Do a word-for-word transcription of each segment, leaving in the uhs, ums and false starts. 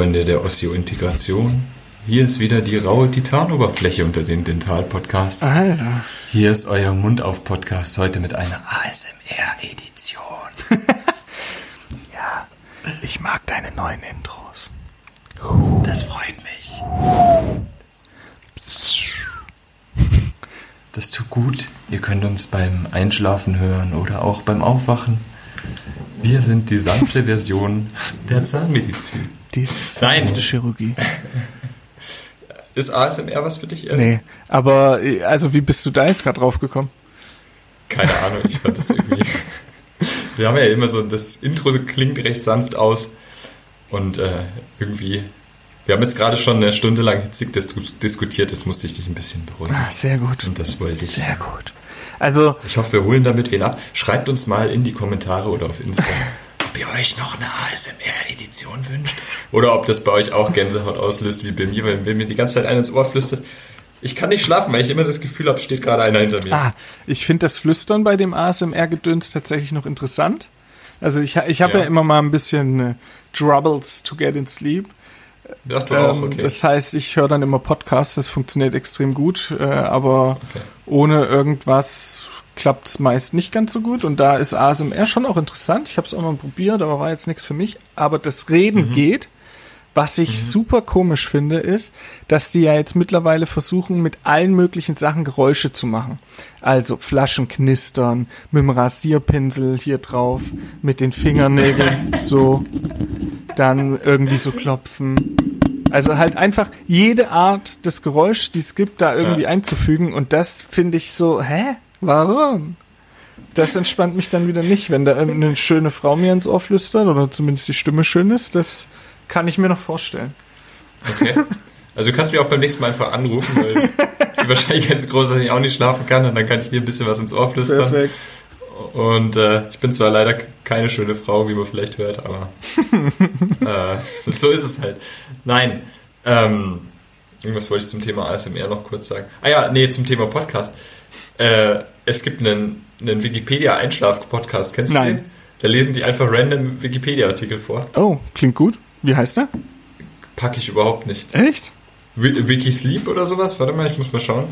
Freunde der Osseointegration. Hier ist wieder die raue Titanoberfläche unter den Dental-Podcasts. Alter. Hier ist euer Mund-auf-Podcast heute mit einer A S M R-Edition. Ja, ich mag deine neuen Intros. Das freut mich. Das tut gut. Ihr könnt uns beim Einschlafen hören oder auch beim Aufwachen. Wir sind die sanfte Version der Zahnmedizin. Die sanfte Chirurgie. Ist A S M R was für dich? Ehrlich? Nee, aber also wie bist du da jetzt gerade drauf gekommen? Keine Ahnung, ich fand das irgendwie... Wir haben ja immer so, das Intro klingt recht sanft aus und äh, irgendwie... Wir haben jetzt gerade schon eine Stunde lang hitzig dis- diskutiert, das musste ich dich ein bisschen beruhigen. Ah, sehr gut. Und das wollte ich. Sehr gut. Also... Ich hoffe, wir holen damit wen ab. Schreibt uns mal in die Kommentare oder auf Insta, ob ihr euch noch eine A S M R-Edition wünscht. Oder ob das bei euch auch Gänsehaut auslöst, wie bei mir, weil wenn mir die ganze Zeit einer ins Ohr flüstert. Ich kann nicht schlafen, weil ich immer das Gefühl habe, steht gerade einer hinter mir. Ah, ich finde das Flüstern bei dem A S M R-Gedöns tatsächlich noch interessant. Also ich, ich habe ja. ja immer mal ein bisschen äh, Troubles to get in sleep. Ach, du auch, okay. Das heißt, ich höre dann immer Podcasts, das funktioniert extrem gut, äh, aber okay. ohne irgendwas klappt es meist nicht ganz so gut. Und da ist A S M R schon auch interessant. Ich habe es auch mal probiert, aber war jetzt nichts für mich. Aber das Reden mhm. geht. Was ich mhm. super komisch finde, ist, dass die ja jetzt mittlerweile versuchen, mit allen möglichen Sachen Geräusche zu machen. Also Flaschen knistern, mit dem Rasierpinsel hier drauf, mit den Fingernägeln so, dann irgendwie so klopfen. Also halt einfach jede Art des Geräuschs, die es gibt, da irgendwie ja. einzufügen. Und das finde ich so, hä? Warum? Das entspannt mich dann wieder nicht, wenn da eine schöne Frau mir ins Ohr flüstert oder zumindest die Stimme schön ist. Das kann ich mir noch vorstellen. Okay. Also du kannst mich auch beim nächsten Mal einfach anrufen, weil die Wahrscheinlichkeit ist groß, dass ich auch nicht schlafen kann und dann kann ich dir ein bisschen was ins Ohr flüstern. Perfekt. Und äh, ich bin zwar leider keine schöne Frau, wie man vielleicht hört, aber äh, so ist es halt. Nein. Ähm, irgendwas wollte ich zum Thema A S M R noch kurz sagen. Ah ja, nee, zum Thema Podcast. Äh, es gibt einen, einen Wikipedia-Einschlaf-Podcast. Kennst du Nein. den? Da lesen die einfach random Wikipedia-Artikel vor. Oh, klingt gut. Wie heißt der? Packe ich überhaupt nicht. Echt? Wikisleep oder sowas? Warte mal, ich muss mal schauen.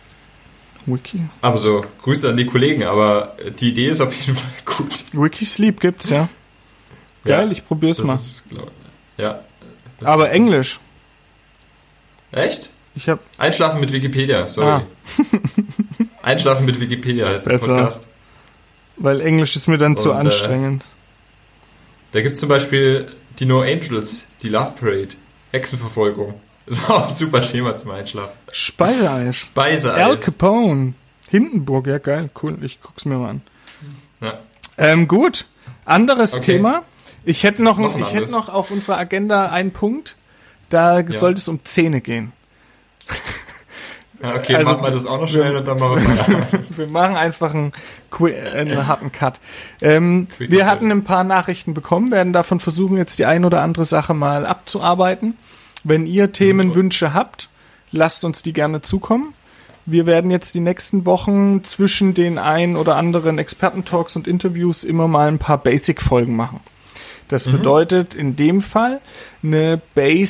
Wiki? Aber so, Grüße an die Kollegen, aber die Idee ist auf jeden Fall gut. Wikisleep gibt's, ja. Geil, ja, ich probier's mal. Ist, glaub, ja. Aber Englisch. Echt? Ich hab Einschlafen mit Wikipedia, sorry. Ah. Einschlafen mit Wikipedia heißt der Besser. Podcast. Weil Englisch ist mir dann Und, zu anstrengend. Äh, da gibt es zum Beispiel die No Angels, die Love Parade, Hexenverfolgung. Das ist auch ein super Thema zum Einschlafen. Speiseeis. Speiseeis. Al Capone. Hindenburg, ja geil, cool. Ich guck's mir mal an. Ja. Ähm, gut. Anderes okay. Thema. Ich hätte noch, noch ein, ich anderes. hätte noch auf unserer Agenda einen Punkt. Da ja. sollte es um Zähne gehen. Ja, okay, also, machen wir das auch noch schnell und dann machen wir weiter. Wir machen einfach einen, einen harten Cut. Ähm, wir hatten ein paar Nachrichten bekommen, werden davon versuchen, jetzt die ein oder andere Sache mal abzuarbeiten. Wenn ihr Themenwünsche habt, lasst uns die gerne zukommen. Wir werden jetzt die nächsten Wochen zwischen den ein oder anderen Experten-Talks und Interviews immer mal ein paar Basic-Folgen machen. Das mhm. bedeutet in dem Fall eine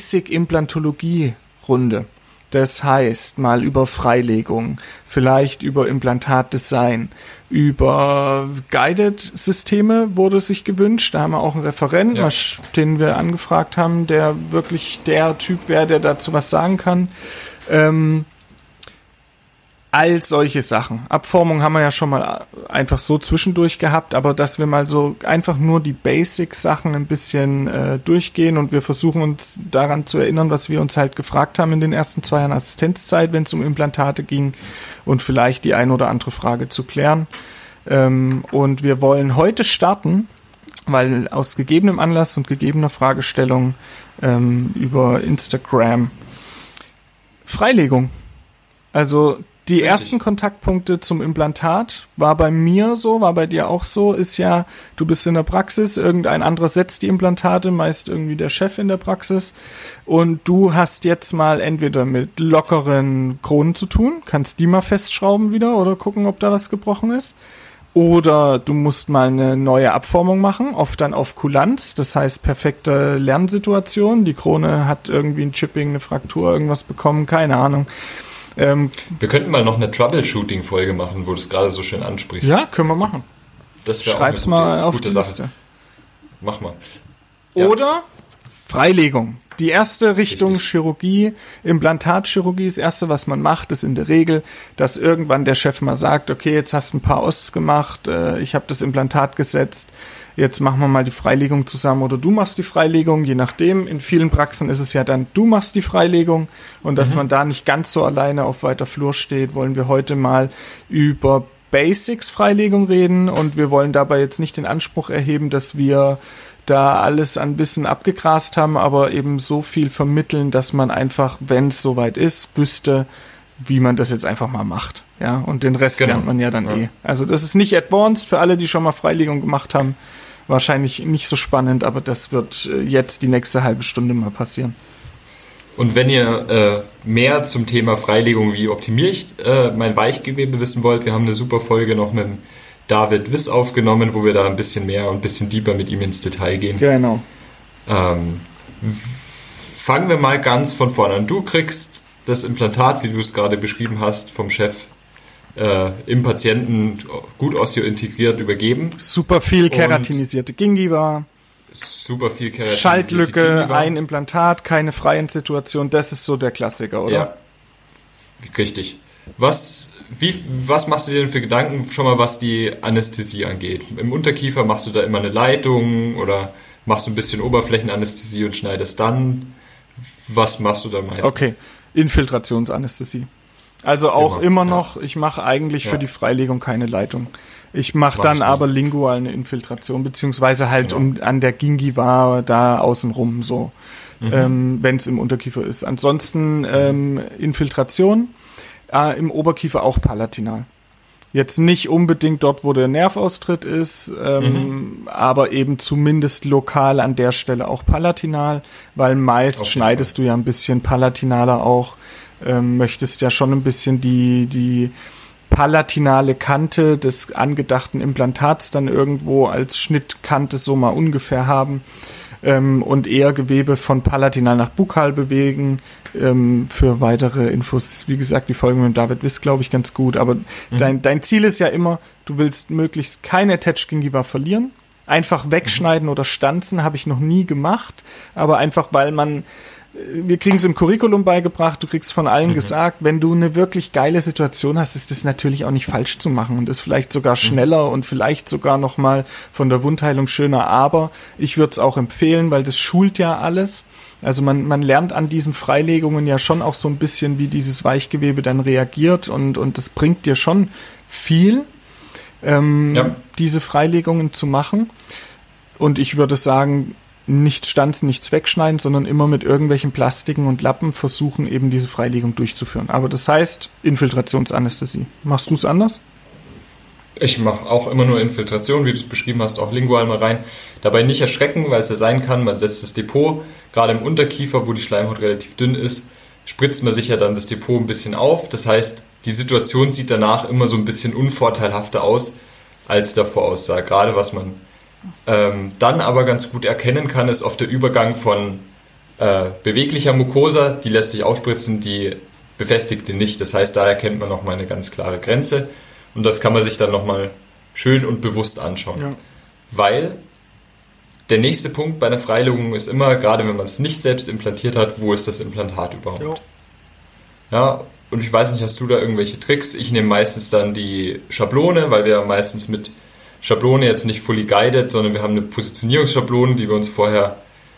Basic-Implantologie-Runde. Das heißt, mal über Freilegung, vielleicht über Implantatdesign, über Guided-Systeme wurde sich gewünscht. Da haben wir auch einen Referenten, ja. den wir angefragt haben, der wirklich der Typ wäre, der dazu was sagen kann. Ähm, all solche Sachen. Abformung haben wir ja schon mal einfach so zwischendurch gehabt, aber dass wir mal so einfach nur die Basic-Sachen ein bisschen äh, durchgehen und wir versuchen uns daran zu erinnern, was wir uns halt gefragt haben in den ersten zwei Jahren Assistenzzeit, wenn es um Implantate ging und vielleicht die ein oder andere Frage zu klären. Ähm, und wir wollen heute starten, weil aus gegebenem Anlass und gegebener Fragestellung ähm, über Instagram Freilegung. Also die Richtig. ersten Kontaktpunkte zum Implantat war bei mir so, war bei dir auch so, ist ja, du bist in der Praxis, irgendein anderer setzt die Implantate, meist irgendwie der Chef in der Praxis und du hast jetzt mal entweder mit lockeren Kronen zu tun, kannst die mal festschrauben wieder oder gucken, ob da was gebrochen ist. Oder du musst mal eine neue Abformung machen, oft dann auf Kulanz, das heißt perfekte Lernsituation. Die Krone hat irgendwie ein Chipping, eine Fraktur, irgendwas bekommen, keine Ahnung. Ähm, wir könnten mal noch eine Troubleshooting-Folge machen, wo du es gerade so schön ansprichst. Ja, können wir machen. Das wäre auch Schreib's eine gute, mal auf gute die Sache. Liste. Mach mal. Ja. Oder Freilegung. Die erste Richtung Richtig. Chirurgie, Implantatchirurgie, das erste, was man macht, ist in der Regel, dass irgendwann der Chef mal sagt, okay, jetzt hast du ein paar Osts gemacht, äh, ich habe das Implantat gesetzt, jetzt machen wir mal die Freilegung zusammen oder du machst die Freilegung, je nachdem. In vielen Praxen ist es ja dann, du machst die Freilegung und dass mhm. man da nicht ganz so alleine auf weiter Flur steht, wollen wir heute mal über Basics-Freilegung reden und wir wollen dabei jetzt nicht den Anspruch erheben, dass wir da alles ein bisschen abgegrast haben, aber eben so viel vermitteln, dass man einfach, wenn es soweit ist, wüsste, wie man das jetzt einfach mal macht. Ja, und den Rest genau. lernt man ja dann ja. eh. Also das ist nicht advanced für alle, die schon mal Freilegung gemacht haben. Wahrscheinlich nicht so spannend, aber das wird jetzt die nächste halbe Stunde mal passieren. Und wenn ihr äh, mehr zum Thema Freilegung, wie optimiere ich äh, mein Weichgewebe wissen wollt, wir haben eine super Folge noch mit dem David Wiss aufgenommen, wo wir da ein bisschen mehr und ein bisschen deeper mit ihm ins Detail gehen. Genau. Ähm, fangen wir mal ganz von vorne an. Du kriegst das Implantat, wie du es gerade beschrieben hast, vom Chef äh, im Patienten gut osteointegriert übergeben. Super viel keratinisierte Gingiva. Super viel keratinisierte Schaltlücke, Gingiva. ein Implantat, keine Freiendsituation. Das ist so der Klassiker, oder? Ja, richtig. Was, wie, was machst du dir denn für Gedanken schon mal, was die Anästhesie angeht? Im Unterkiefer machst du da immer eine Leitung oder machst du ein bisschen Oberflächenanästhesie und schneidest dann? Was machst du da meistens? Okay, Infiltrationsanästhesie. Also auch immer, immer noch, ja. Ich mache eigentlich ja. für die Freilegung keine Leitung. Ich mache Mach dann ich aber lingual eine Infiltration, beziehungsweise halt genau. um an der Gingiva da außenrum so, mhm. ähm, wenn es im Unterkiefer ist. Ansonsten ähm, Infiltration. Äh, im Oberkiefer auch palatinal. Jetzt nicht unbedingt dort, wo der Nervaustritt ist, ähm, mhm. aber eben zumindest lokal an der Stelle auch palatinal, weil meist okay. schneidest du ja ein bisschen palatinaler auch, ähm, möchtest ja schon ein bisschen die, die palatinale Kante des angedachten Implantats dann irgendwo als Schnittkante so mal ungefähr haben. Ähm, und eher Gewebe von palatinal nach bukal bewegen. Ähm, für weitere Infos, wie gesagt, die Folge mit David Wiss, glaube ich, ganz gut. Aber mhm. dein, dein Ziel ist ja immer, du willst möglichst keine Attached Gingiva verlieren. Einfach wegschneiden mhm. oder stanzen habe ich noch nie gemacht. Aber einfach, weil man, wir kriegen es im Curriculum beigebracht, du kriegst von allen mhm. gesagt, wenn du eine wirklich geile Situation hast, ist das natürlich auch nicht falsch zu machen und ist vielleicht sogar schneller mhm. und vielleicht sogar nochmal von der Wundheilung schöner, aber ich würde es auch empfehlen, weil das schult ja alles. Also man, man lernt an diesen Freilegungen ja schon auch so ein bisschen, wie dieses Weichgewebe dann reagiert und, und das bringt dir schon viel, ähm, ja. diese Freilegungen zu machen. Und ich würde sagen, nichts stanzen, nichts wegschneiden, sondern immer mit irgendwelchen Plastiken und Lappen versuchen, eben diese Freilegung durchzuführen. Aber das heißt Infiltrationsanästhesie. Machst du es anders? Ich mache auch immer nur Infiltration, wie du es beschrieben hast, auch lingual mal rein. Dabei nicht erschrecken, weil es ja sein kann, man setzt das Depot, gerade im Unterkiefer, wo die Schleimhaut relativ dünn ist, spritzt man sich ja dann das Depot ein bisschen auf. Das heißt, die Situation sieht danach immer so ein bisschen unvorteilhafter aus, als davor aussah. Gerade was man ähm, dann aber ganz gut erkennen kann, ist oft der Übergang von äh, beweglicher Mucosa, die lässt sich aufspritzen, die befestigte nicht. Das heißt, da erkennt man nochmal eine ganz klare Grenze. Und das kann man sich dann nochmal schön und bewusst anschauen. Ja. Weil der nächste Punkt bei einer Freilegung ist immer, gerade wenn man es nicht selbst implantiert hat, wo ist das Implantat überhaupt? Jo. Ja, und ich weiß nicht, hast du da irgendwelche Tricks? Ich nehme meistens dann die Schablone, weil wir meistens mit Schablone jetzt nicht fully guided, sondern wir haben eine Positionierungsschablone, die wir uns vorher,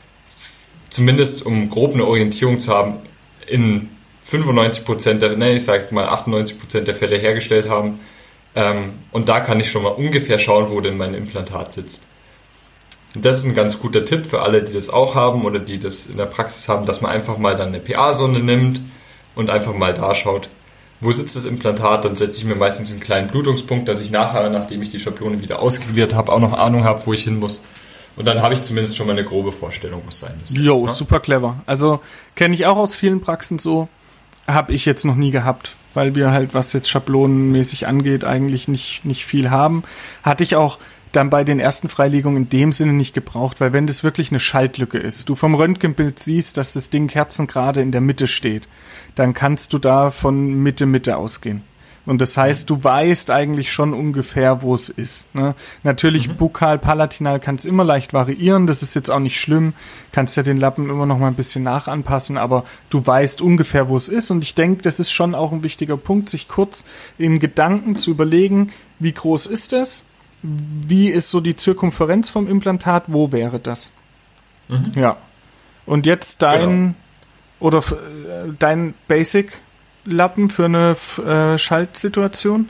zumindest um grob eine Orientierung zu haben, in fünfundneunzig Prozent der, ne, ich sag mal achtundneunzig Prozent der Fälle hergestellt haben. Ähm, und da kann ich schon mal ungefähr schauen, wo denn mein Implantat sitzt. Und das ist ein ganz guter Tipp für alle, die das auch haben oder die das in der Praxis haben, dass man einfach mal dann eine P A-Sonde nimmt und einfach mal da schaut, wo sitzt das Implantat. Dann setze ich mir meistens einen kleinen Blutungspunkt, dass ich nachher, nachdem ich die Schablone wieder ausgegliedert habe, auch noch Ahnung habe, wo ich hin muss. Und dann habe ich zumindest schon mal eine grobe Vorstellung, wo es sein müsste. Jo, ja? Super clever. Also kenne ich auch aus vielen Praxen so. Habe ich jetzt noch nie gehabt, weil wir halt, was jetzt schablonenmäßig angeht, eigentlich nicht, nicht viel haben. Hatte ich auch dann bei den ersten Freilegungen in dem Sinne nicht gebraucht, weil wenn das wirklich eine Schaltlücke ist, du vom Röntgenbild siehst, dass das Ding kerzengerade in der Mitte steht, dann kannst du da von Mitte, Mitte ausgehen. Und das heißt, du weißt eigentlich schon ungefähr, wo es ist. Ne? Natürlich mhm. bukal, palatinal kann es immer leicht variieren. Das ist jetzt auch nicht schlimm. Kannst ja den Lappen immer noch mal ein bisschen nachanpassen, aber du weißt ungefähr, wo es ist. Und ich denke, das ist schon auch ein wichtiger Punkt, sich kurz in Gedanken zu überlegen, wie groß ist das? Wie ist so die Zirkumferenz vom Implantat? Wo wäre das? Mhm. Ja. Und jetzt dein genau. oder äh, dein Basic Lappen für eine äh, Schaltsituation?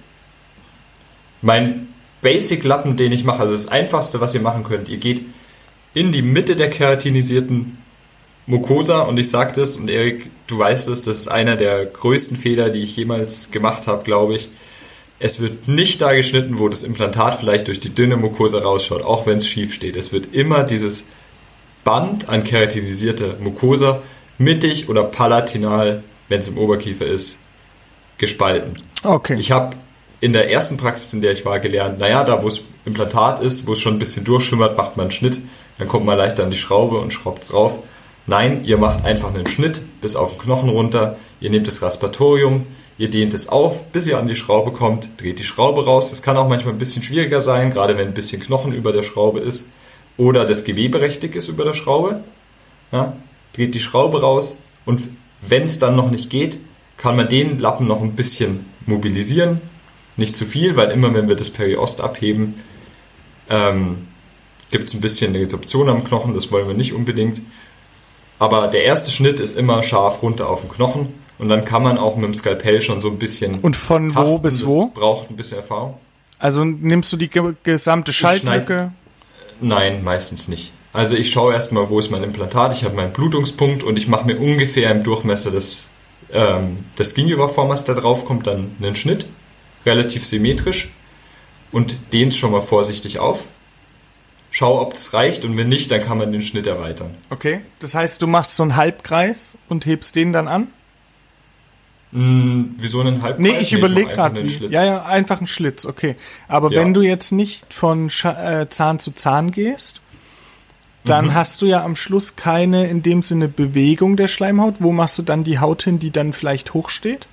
Mein Basic-Lappen, den ich mache, also das Einfachste, was ihr machen könnt, ihr geht in die Mitte der keratinisierten Mucosa und ich sag das, und Erik, du weißt es, das ist einer der größten Fehler, die ich jemals gemacht habe, glaube ich. Es wird nicht da geschnitten, wo das Implantat vielleicht durch die dünne Mucosa rausschaut, auch wenn es schief steht. Es wird immer dieses Band an keratinisierter Mucosa mittig oder palatinal, wenn es im Oberkiefer ist, gespalten. Okay. Ich habe in der ersten Praxis, in der ich war, gelernt, naja, da wo es Implantat ist, wo es schon ein bisschen durchschimmert, macht man einen Schnitt, dann kommt man leichter an die Schraube und schraubt es drauf. Nein, ihr macht einfach einen Schnitt bis auf den Knochen runter, ihr nehmt das Raspatorium, ihr dehnt es auf, bis ihr an die Schraube kommt, dreht die Schraube raus. Das kann auch manchmal ein bisschen schwieriger sein, gerade wenn ein bisschen Knochen über der Schraube ist oder das Gewebe recht dick ist über der Schraube. Ja, dreht die Schraube raus und wenn es dann noch nicht geht, kann man den Lappen noch ein bisschen mobilisieren. Nicht zu viel, weil immer wenn wir das Periost abheben, ähm, gibt es ein bisschen eine Resorption am Knochen, das wollen wir nicht unbedingt. Aber der erste Schnitt ist immer scharf runter auf den Knochen und dann kann man auch mit dem Skalpell schon so ein bisschen Und von tasten. wo bis wo? Das braucht ein bisschen Erfahrung. Also nimmst du die ge- gesamte Schaltlücke? Nein, meistens nicht. Also ich schaue erstmal, wo ist mein Implantat, ich habe meinen Blutungspunkt und ich mache mir ungefähr im Durchmesser des, ähm, des Gingiva-Formers, der drauf kommt, dann einen Schnitt, relativ symmetrisch und dehne es schon mal vorsichtig auf. Schau, ob das reicht und wenn nicht, dann kann man den Schnitt erweitern. Okay, das heißt, du machst so einen Halbkreis und hebst den dann an? Hm, wieso einen Halbkreis? Nee, ich nee, überlege gerade. Ja, ja, ja, einfach einen Schlitz, okay. Aber ja. wenn du jetzt nicht von Scha- äh, Zahn zu Zahn gehst, dann mhm. hast du ja am Schluss keine, in dem Sinne, Bewegung der Schleimhaut. Wo machst du dann die Haut hin, die dann vielleicht hochsteht?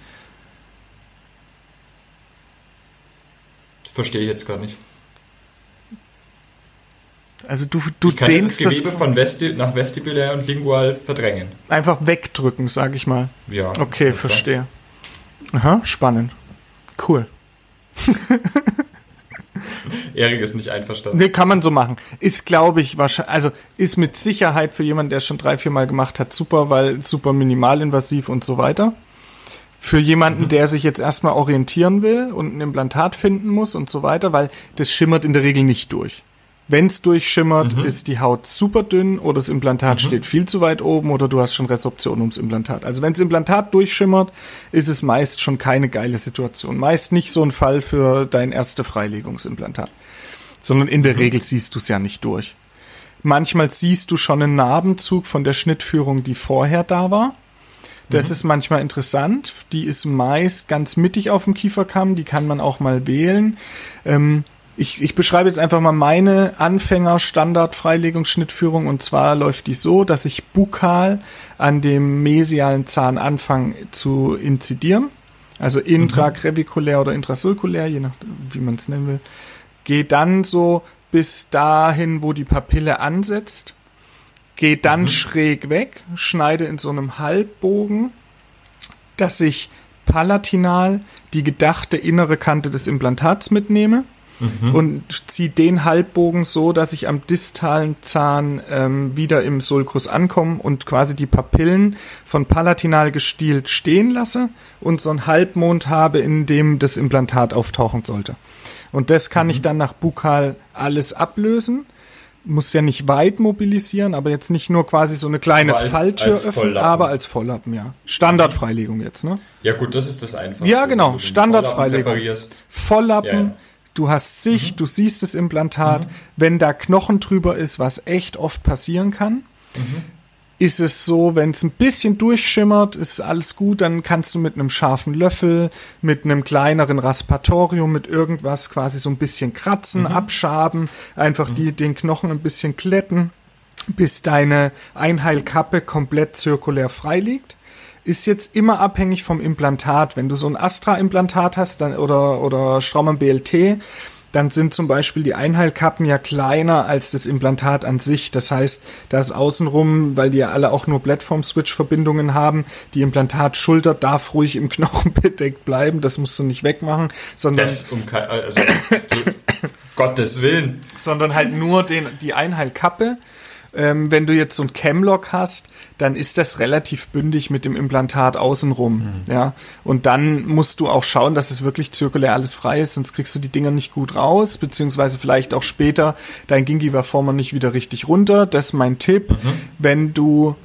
Verstehe ich jetzt gar nicht. Also du, du ich kann dehnst das Gewebe das von Vesti- nach vestibulär und lingual verdrängen. Einfach wegdrücken, sag ich mal. Ja. Okay, verstehe. Aha, spannend. Cool. Erik ist nicht einverstanden. Nee, kann man so machen. Ist, glaube ich, wahrscheinlich, also ist mit Sicherheit für jemanden, der es schon drei, vier Mal gemacht hat, super, weil super minimalinvasiv und so weiter. Für jemanden, mhm. der sich jetzt erstmal orientieren will und ein Implantat finden muss und so weiter, weil das schimmert in der Regel nicht durch. Wenn es durchschimmert, mhm. ist die Haut super dünn oder das Implantat mhm. steht viel zu weit oben oder du hast schon Resorption ums Implantat. Also wenn das Implantat durchschimmert, ist es meist schon keine geile Situation. Meist nicht so ein Fall für dein erste Freilegungsimplantat. Sondern in der mhm. Regel siehst du es ja nicht durch. Manchmal siehst du schon einen Narbenzug von der Schnittführung, die vorher da war. Das mhm. ist manchmal interessant. Die ist meist ganz mittig auf dem Kieferkamm. Die kann man auch mal wählen. Ähm, Ich, ich beschreibe jetzt einfach mal meine Anfänger-Standard-Freilegungsschnittführung und zwar läuft die so, dass ich bukal an dem mesialen Zahn anfange zu inzidieren, also intracrevikulär oder intrasulkulär, je nach wie man es nennen will, gehe dann so bis dahin, wo die Papille ansetzt, gehe dann mhm. schräg weg, schneide in so einem Halbbogen, dass ich palatinal die gedachte innere Kante des Implantats mitnehme. Mhm. Und ziehe den Halbbogen so, dass ich am distalen Zahn ähm, wieder im Sulcus ankomme und quasi die Papillen von palatinal gestielt stehen lasse und so einen Halbmond habe, in dem das Implantat auftauchen sollte. Und das kann mhm. ich dann nach bukal alles ablösen. Muss ja nicht weit mobilisieren, aber jetzt nicht nur quasi so eine kleine als, Falltür als öffnen, aber als Volllappen, ja. Standardfreilegung jetzt, ne? Ja gut, das ist das Einfachste. Ja, genau, Standardfreilegung. Volllappen. Ja, ja. Du hast Sicht, mhm. du siehst das Implantat. Mhm. Wenn da Knochen drüber ist, was echt oft passieren kann, mhm. ist es so, wenn es ein bisschen durchschimmert, ist alles gut, dann kannst du mit einem scharfen Löffel, mit einem kleineren Raspatorium, mit irgendwas quasi so ein bisschen kratzen, mhm. abschaben, einfach mhm. die, den Knochen ein bisschen glätten, bis deine Einheilkappe komplett zirkulär frei liegt. Ist jetzt immer abhängig vom Implantat. Wenn du so ein Astra-Implantat hast dann, oder, oder Straumann B L T, dann sind zum Beispiel die Einheilkappen ja kleiner als das Implantat an sich. Das heißt, da ist außenrum, weil die ja alle auch nur Platform-Switch-Verbindungen haben, die Implantatschulter darf ruhig im Knochen bedeckt bleiben, das musst du nicht wegmachen, sondern... Das um kein, also, so, Gottes Willen. Sondern halt nur den, die Einheilkappe. Ähm, wenn du jetzt so ein Camlock hast, dann ist das relativ bündig mit dem Implantat außenrum, mhm. ja. Und dann musst du auch schauen, dass es wirklich zirkulär alles frei ist, sonst kriegst du die Dinger nicht gut raus, beziehungsweise vielleicht auch später dein Gingiva-Former nicht wieder richtig runter. Das ist mein Tipp. Mhm. Wenn du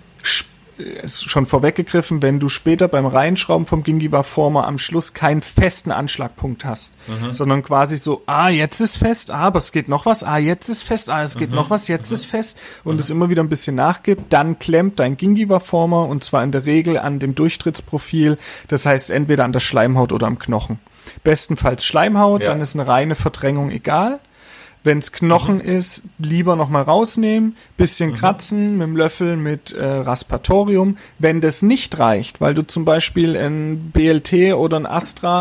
ist schon vorweggegriffen, wenn du später beim Reinschrauben vom Gingiva-Former am Schluss keinen festen Anschlagpunkt hast, mhm. sondern quasi so, ah, jetzt ist fest, ah, aber es geht noch was, ah, jetzt ist fest, ah, es geht mhm. noch was, jetzt mhm. ist fest und mhm. es immer wieder ein bisschen nachgibt, dann klemmt dein Gingiva-Former und zwar in der Regel an dem Durchtrittsprofil, das heißt entweder an der Schleimhaut oder am Knochen. Bestenfalls Schleimhaut, ja. Dann ist eine reine Verdrängung egal. Wenn es Knochen mhm. ist, lieber nochmal rausnehmen, bisschen mhm. kratzen mit dem Löffel mit äh, Raspatorium. Wenn das nicht reicht, weil du zum Beispiel ein B L T oder ein Astra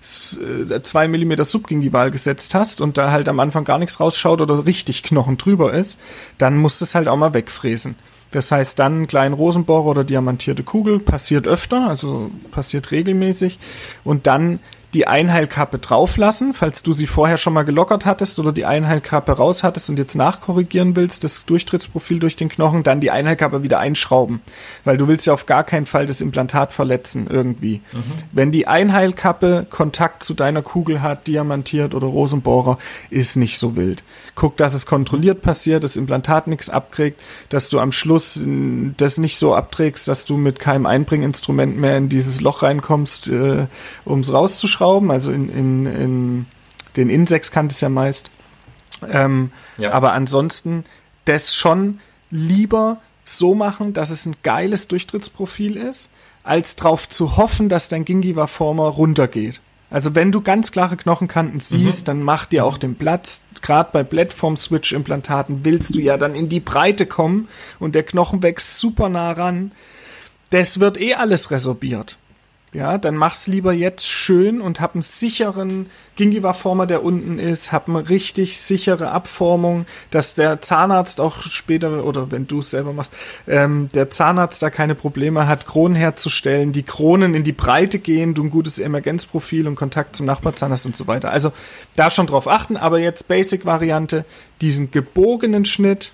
zwei Millimeter subgingival gesetzt hast und da halt am Anfang gar nichts rausschaut oder richtig Knochen drüber ist, dann musst du es halt auch mal wegfräsen. Das heißt, dann einen kleinen Rosenbohrer oder diamantierte Kugel, passiert öfter, also passiert regelmäßig. Und dann die Einheilkappe drauflassen, falls du sie vorher schon mal gelockert hattest oder die Einheilkappe raus hattest und jetzt nachkorrigieren willst, das Durchtrittsprofil durch den Knochen, dann die Einheilkappe wieder einschrauben, weil du willst ja auf gar keinen Fall das Implantat verletzen irgendwie. Mhm. Wenn die Einheilkappe Kontakt zu deiner Kugel hat, diamantiert oder Rosenbohrer, ist nicht so wild. Guck, dass es kontrolliert passiert, das Implantat nichts abkriegt, dass du am Schluss das nicht so abträgst, dass du mit keinem Einbringinstrument mehr in dieses Loch reinkommst, äh, um es rauszuschrauben. Also in, in, in den Insex kann es ja meist. Ähm, ja. Aber ansonsten das schon lieber so machen, dass es ein geiles Durchtrittsprofil ist, als drauf zu hoffen, dass dein Gingiva-Former runtergeht. Also wenn du ganz klare Knochenkanten siehst, mhm. dann mach dir auch den Platz. Gerade bei Platform-Switch-Implantaten willst du ja dann in die Breite kommen und der Knochen wächst super nah ran. Das wird eh alles resorbiert. Ja, dann mach's lieber jetzt schön und hab einen sicheren Gingiva-Former, der unten ist, hab eine richtig sichere Abformung, dass der Zahnarzt auch später, oder wenn du es selber machst, ähm, der Zahnarzt da keine Probleme hat, Kronen herzustellen, die Kronen in die Breite gehen, du ein gutes Emergenzprofil und Kontakt zum Nachbarzahn hast und so weiter. Also da schon drauf achten, aber jetzt Basic-Variante, diesen gebogenen Schnitt,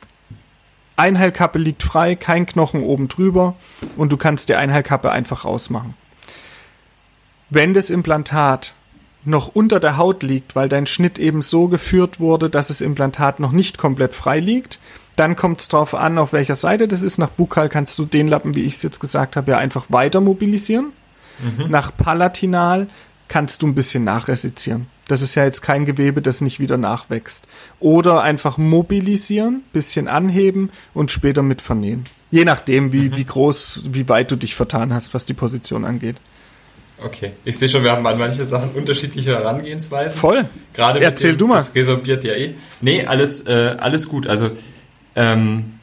Einheilkappe liegt frei, kein Knochen oben drüber und du kannst die Einheilkappe einfach rausmachen. Wenn das Implantat noch unter der Haut liegt, weil dein Schnitt eben so geführt wurde, dass das Implantat noch nicht komplett frei liegt, dann kommt es darauf an, auf welcher Seite das ist. Nach bukal kannst du den Lappen, wie ich es jetzt gesagt habe, ja einfach weiter mobilisieren. Mhm. Nach palatinal kannst du ein bisschen nachresizieren. Das ist ja jetzt kein Gewebe, das nicht wieder nachwächst. Oder einfach mobilisieren, bisschen anheben und später mit vernähen. Je nachdem, wie, mhm. wie groß, wie weit du dich vertan hast, was die Position angeht. Okay, ich sehe schon, wir haben an manche Sachen unterschiedliche Herangehensweisen. Voll. Gerade Erzähl dem, du mal. Das resorbiert ja eh. Nee, alles, äh, alles gut. Also, ähm,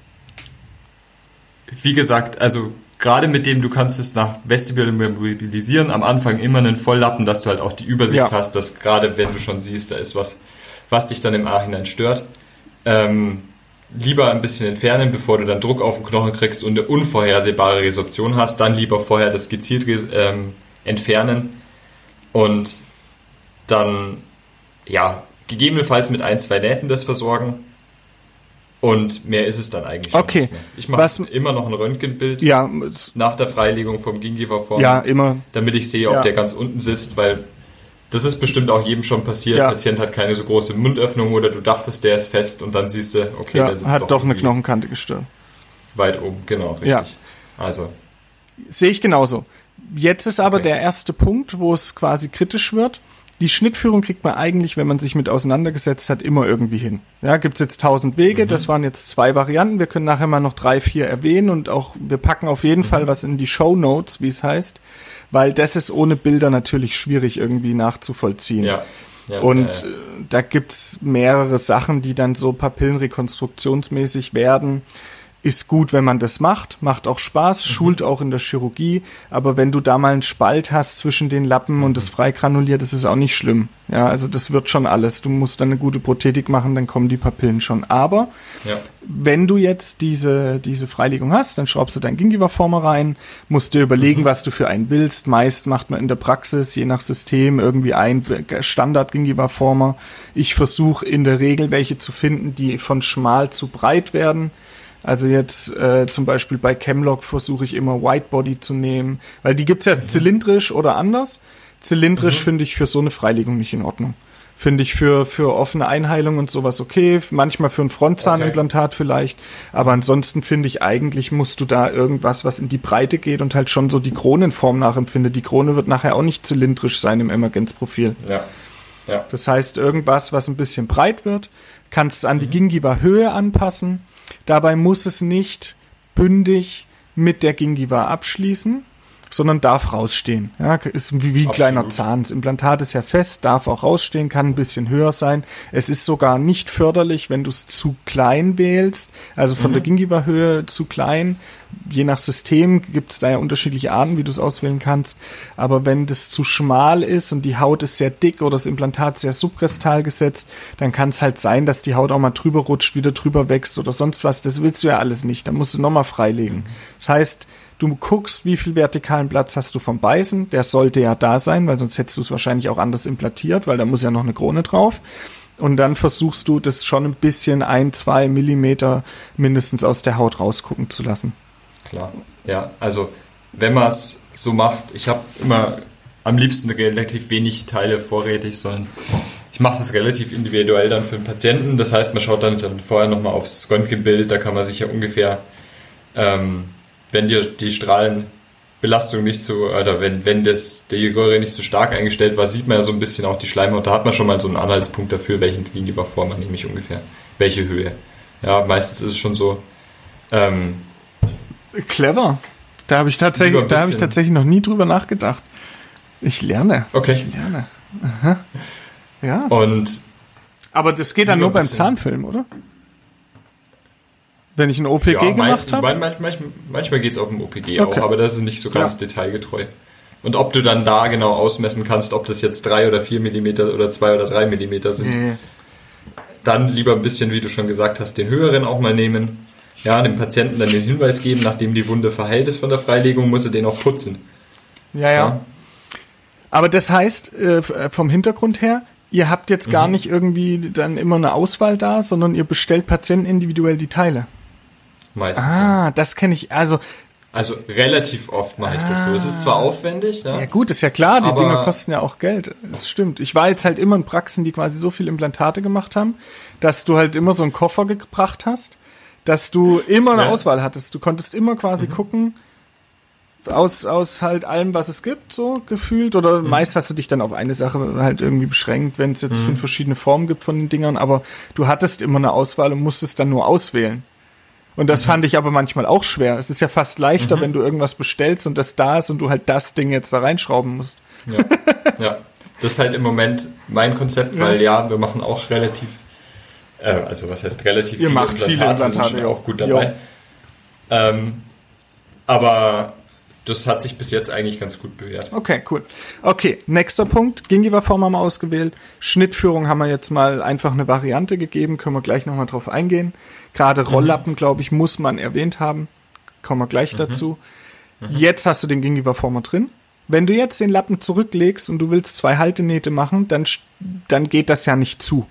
wie gesagt, also gerade mit dem, du kannst es nach Vestibule mobilisieren, am Anfang immer einen Volllappen, dass du halt auch die Übersicht ja. hast, dass gerade wenn du schon siehst, da ist was, was dich dann im Nachhinein stört, ähm, lieber ein bisschen entfernen, bevor du dann Druck auf den Knochen kriegst und eine unvorhersehbare Resorption hast, dann lieber vorher das gezielt ähm, entfernen und dann, ja, gegebenenfalls mit ein, zwei Nähten das versorgen. Und mehr ist es dann eigentlich okay. nicht mehr. Ich mache immer noch ein Röntgenbild ja, nach der Freilegung vom Gingiva-Former, ja, immer. damit ich sehe, ob ja. der ganz unten sitzt, weil das ist bestimmt auch jedem schon passiert. Ja. Der Patient hat keine so große Mundöffnung oder du dachtest, der ist fest und dann siehst du, okay, ja, der sitzt hat doch, doch eine Knochenkante gestört. Weit oben, genau, richtig. Ja. Also sehe ich genauso. Jetzt ist aber okay. der erste Punkt, wo es quasi kritisch wird. die Schnittführung kriegt man eigentlich, wenn man sich mit auseinandergesetzt hat, immer irgendwie hin. Ja, gibt's jetzt tausend Wege, mhm. das waren jetzt zwei Varianten, wir können nachher mal noch drei, vier erwähnen und auch, wir packen auf jeden mhm. Fall was in die Shownotes, wie es heißt, weil das ist ohne Bilder natürlich schwierig irgendwie nachzuvollziehen. Ja. Ja, und äh, da gibt's mehrere Sachen, die dann so papillenrekonstruktionsmäßig werden. Ist gut, wenn man das macht, macht auch Spaß, mhm. schult auch in der Chirurgie, aber wenn du da mal einen Spalt hast zwischen den Lappen mhm. und das frei granuliert, das ist auch nicht schlimm. Ja, also das wird schon alles. Du musst dann eine gute Prothetik machen, dann kommen die Papillen schon. Aber ja. wenn du jetzt diese diese Freilegung hast, dann schraubst du deinen Gingiva-Former rein, musst dir überlegen, mhm. was du für einen willst. Meist macht man in der Praxis, je nach System, irgendwie ein Standard-Gingiva-Former. Ich versuche in der Regel welche zu finden, die von schmal zu breit werden. Also jetzt äh, zum Beispiel bei Chemlock versuche ich immer Whitebody zu nehmen, weil die gibt's ja mhm. zylindrisch oder anders. Zylindrisch mhm. finde ich für so eine Freilegung nicht in Ordnung. Finde ich für für offene Einheilung und sowas okay, manchmal für ein Frontzahnimplantat okay. vielleicht, aber ansonsten finde ich eigentlich musst du da irgendwas, was in die Breite geht und halt schon so die Kronenform nachempfindet. Die Krone wird nachher auch nicht zylindrisch sein im Emergenzprofil. Ja. Ja. Das heißt, irgendwas, was ein bisschen breit wird, kannst du an die Gingiva-Höhe anpassen. Dabei muss es nicht bündig mit der Gingiva abschließen, sondern darf rausstehen. Ja, ist wie, wie ein kleiner Zahn. Das Implantat ist ja fest, darf auch rausstehen, kann ein bisschen höher sein. Es ist sogar nicht förderlich, wenn du es zu klein wählst, also von mhm. der Gingiva-Höhe zu klein. Je nach System gibt es da ja unterschiedliche Arten, wie du es auswählen kannst. Aber wenn das zu schmal ist und die Haut ist sehr dick oder das Implantat sehr subrestal gesetzt, dann kann es halt sein, dass die Haut auch mal drüber rutscht, wieder drüber wächst oder sonst was. Das willst du ja alles nicht. Da musst du nochmal freilegen. Mhm. Das heißt, du guckst, wie viel vertikalen Platz hast du vom Beißen. Der sollte ja da sein, weil sonst hättest du es wahrscheinlich auch anders implantiert, weil da muss ja noch eine Krone drauf. Und dann versuchst du, das schon ein bisschen ein, zwei Millimeter mindestens aus der Haut rausgucken zu lassen. Klar, ja, also wenn man es so macht, ich habe immer am liebsten relativ wenig Teile vorrätig, sondern ich mache das relativ individuell dann für den Patienten. Das heißt, man schaut dann, dann vorher nochmal aufs Röntgenbild, da kann man sich ja ungefähr, ähm, wenn dir die Strahlenbelastung nicht so, oder wenn, wenn das, der Röhre nicht so stark eingestellt war, sieht man ja so ein bisschen auch die Schleimhaut. Da hat man schon mal so einen Anhaltspunkt dafür, welchen Gingiva-Former nehme ich ungefähr, welche Höhe. Ja, meistens ist es schon so. Ähm, Clever. Da habe ich tatsächlich, da habe ich tatsächlich noch nie drüber nachgedacht. Ich lerne. Okay. Ich lerne. Aha. Ja. Und aber das geht dann nur beim Zahnfilm, oder? Wenn ich ein O P G ja, gemacht meist, habe? Manchmal, manchmal geht es auf dem O P G okay. auch, aber das ist nicht so ganz ja. detailgetreu. Und ob du dann da genau ausmessen kannst, ob das jetzt drei oder vier Millimeter oder zwei oder drei Millimeter sind, nee. dann lieber ein bisschen, wie du schon gesagt hast, den höheren auch mal nehmen. Ja, dem Patienten dann den Hinweis geben, nachdem die Wunde verheilt ist von der Freilegung, muss er den auch putzen. Ja, ja. ja. Aber das heißt, vom Hintergrund her, ihr habt jetzt gar mhm. nicht irgendwie dann immer eine Auswahl da, sondern ihr bestellt Patienten individuell die Teile. Meistens. Ah, ja. Das kenne ich, also... Also relativ oft mache ich ah. das so. Es ist zwar aufwendig, ja. Ja gut, ist ja klar, die Dinger kosten ja auch Geld. Das stimmt. Ich war jetzt halt immer in Praxen, die quasi so viele Implantate gemacht haben, dass du halt immer so einen Koffer gebracht hast, dass du immer eine ja. Auswahl hattest. Du konntest immer quasi mhm. gucken, aus, aus halt allem, was es gibt, so gefühlt. Oder mhm. meist hast du dich dann auf eine Sache halt irgendwie beschränkt, wenn es jetzt mhm. fünf verschiedene Formen gibt von den Dingern. Aber du hattest immer eine Auswahl und musstest dann nur auswählen. Und das mhm. fand ich aber manchmal auch schwer. Es ist ja fast leichter, mhm. wenn du irgendwas bestellst und das da ist und du halt das Ding jetzt da reinschrauben musst. Ja, ja. Das ist halt im Moment mein Konzept, weil ja, wir machen auch relativ also was heißt relativ Ihr viele macht Implantate, viele Implantate sind schon auch gut dabei. Ähm, aber das hat sich bis jetzt eigentlich ganz gut bewährt. Okay, cool. Okay, nächster Punkt. Gingiva-Form haben wir ausgewählt. Schnittführung haben wir jetzt mal einfach eine Variante gegeben. Können wir gleich nochmal drauf eingehen. Gerade Rolllappen, mhm. glaube ich, muss man erwähnt haben. Kommen wir gleich mhm. dazu. Mhm. Jetzt hast du den Gingiva-Former drin. Wenn du jetzt den Lappen zurücklegst und du willst zwei Haltenähte machen, dann, dann geht das ja nicht zu.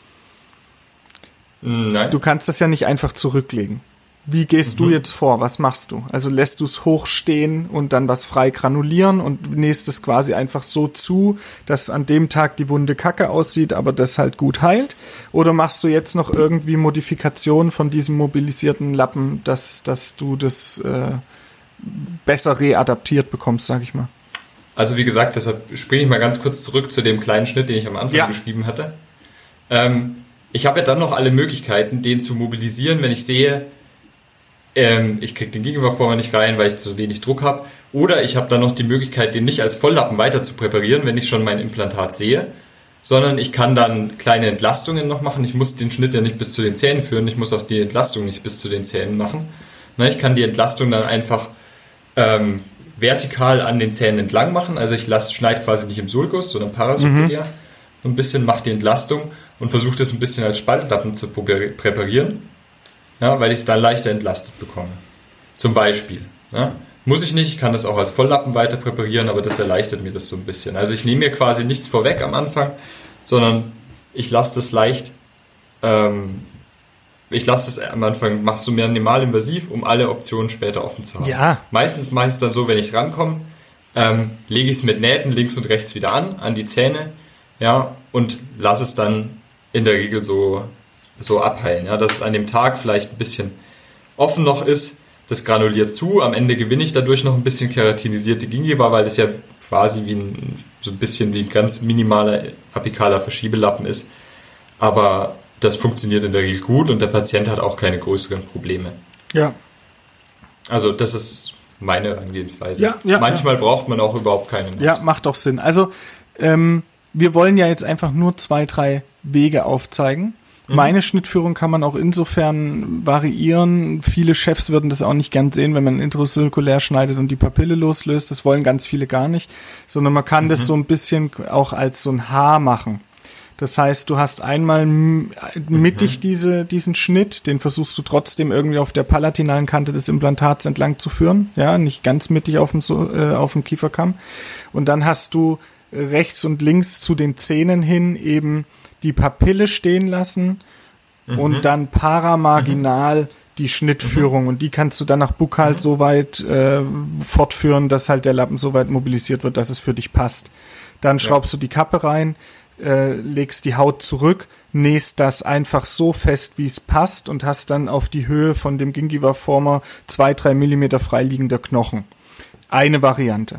Nein. Du kannst das ja nicht einfach zurücklegen. Wie gehst mhm. du jetzt vor? Was machst du? Also lässt du es hochstehen und dann was frei granulieren und nähst es quasi einfach so zu, dass an dem Tag die Wunde kacke aussieht, aber das halt gut heilt? Oder machst du jetzt noch irgendwie Modifikationen von diesem mobilisierten Lappen, dass, dass du das äh, besser readaptiert bekommst, sag ich mal? Also wie gesagt, deshalb springe ich mal ganz kurz zurück zu dem kleinen Schnitt, den ich am Anfang ja. beschrieben hatte. Ähm, ich habe ja dann noch alle Möglichkeiten, den zu mobilisieren, wenn ich sehe, ähm, ich kriege den Gegenüberformer nicht rein, weil ich zu wenig Druck habe. Oder ich habe dann noch die Möglichkeit, den nicht als Volllappen weiter zu präparieren, wenn ich schon mein Implantat sehe, sondern ich kann dann kleine Entlastungen noch machen. Ich muss den Schnitt ja nicht bis zu den Zähnen führen, ich muss auch die Entlastung nicht bis zu den Zähnen machen. Na, ich kann die Entlastung dann einfach ähm, vertikal an den Zähnen entlang machen. Also ich lasse, schneide quasi nicht im Sulcus, sondern parasubkuliär. Mhm. Ein bisschen, mache die Entlastung und versuche das ein bisschen als Spaltlappen zu präparieren, ja, weil ich es dann leichter entlastet bekomme. Zum Beispiel. Ja. Muss ich nicht, ich kann das auch als Volllappen weiter präparieren, aber das erleichtert mir das so ein bisschen. Also ich nehme mir quasi nichts vorweg am Anfang, sondern ich lasse das leicht, ähm, ich lasse das am Anfang, machst du minimal invasiv, um alle Optionen später offen zu haben. Ja. Meistens mache ich es dann so, wenn ich rankomme, ähm, lege ich es mit Nähten links und rechts wieder an, an die Zähne, ja, und lasse es dann in der Regel so, so abheilen, ja, dass es an dem Tag vielleicht ein bisschen offen noch ist. Das granuliert zu, am Ende gewinne ich dadurch noch ein bisschen keratinisierte Gingiva, weil das ja quasi wie ein, so ein bisschen wie ein ganz minimaler apikaler Verschiebelappen ist. Aber das funktioniert in der Regel gut und der Patient hat auch keine größeren Probleme. Ja. Also das ist meine Herangehensweise. Ja, ja, Manchmal ja. braucht man auch überhaupt keine Naht. Ja, macht doch Sinn. Also ähm, wir wollen ja jetzt einfach nur zwei, drei Wege aufzeigen. Meine Schnittführung kann man auch insofern variieren. Viele Chefs würden das auch nicht gern sehen, wenn man intraokulär schneidet und die Papille loslöst. Das wollen ganz viele gar nicht. Sondern man kann mhm. das so ein bisschen auch als so ein Haar machen. Das heißt, du hast einmal mittig mhm. diese, diesen Schnitt, den versuchst du trotzdem irgendwie auf der palatinalen Kante des Implantats entlang zu führen. Ja, nicht ganz mittig auf dem, äh, auf dem Kieferkamm. Und dann hast du rechts und links zu den Zähnen hin eben die Papille stehen lassen mhm. und dann paramarginal mhm. die Schnittführung. Mhm. Und die kannst du dann nach bukal mhm. so weit äh, fortführen, dass halt der Lappen so weit mobilisiert wird, dass es für dich passt. Dann schraubst ja. du die Kappe rein, äh, legst die Haut zurück, nähst das einfach so fest, wie es passt und hast dann auf die Höhe von dem Gingiva-Former zwei, drei Millimeter freiliegender Knochen. Eine Variante.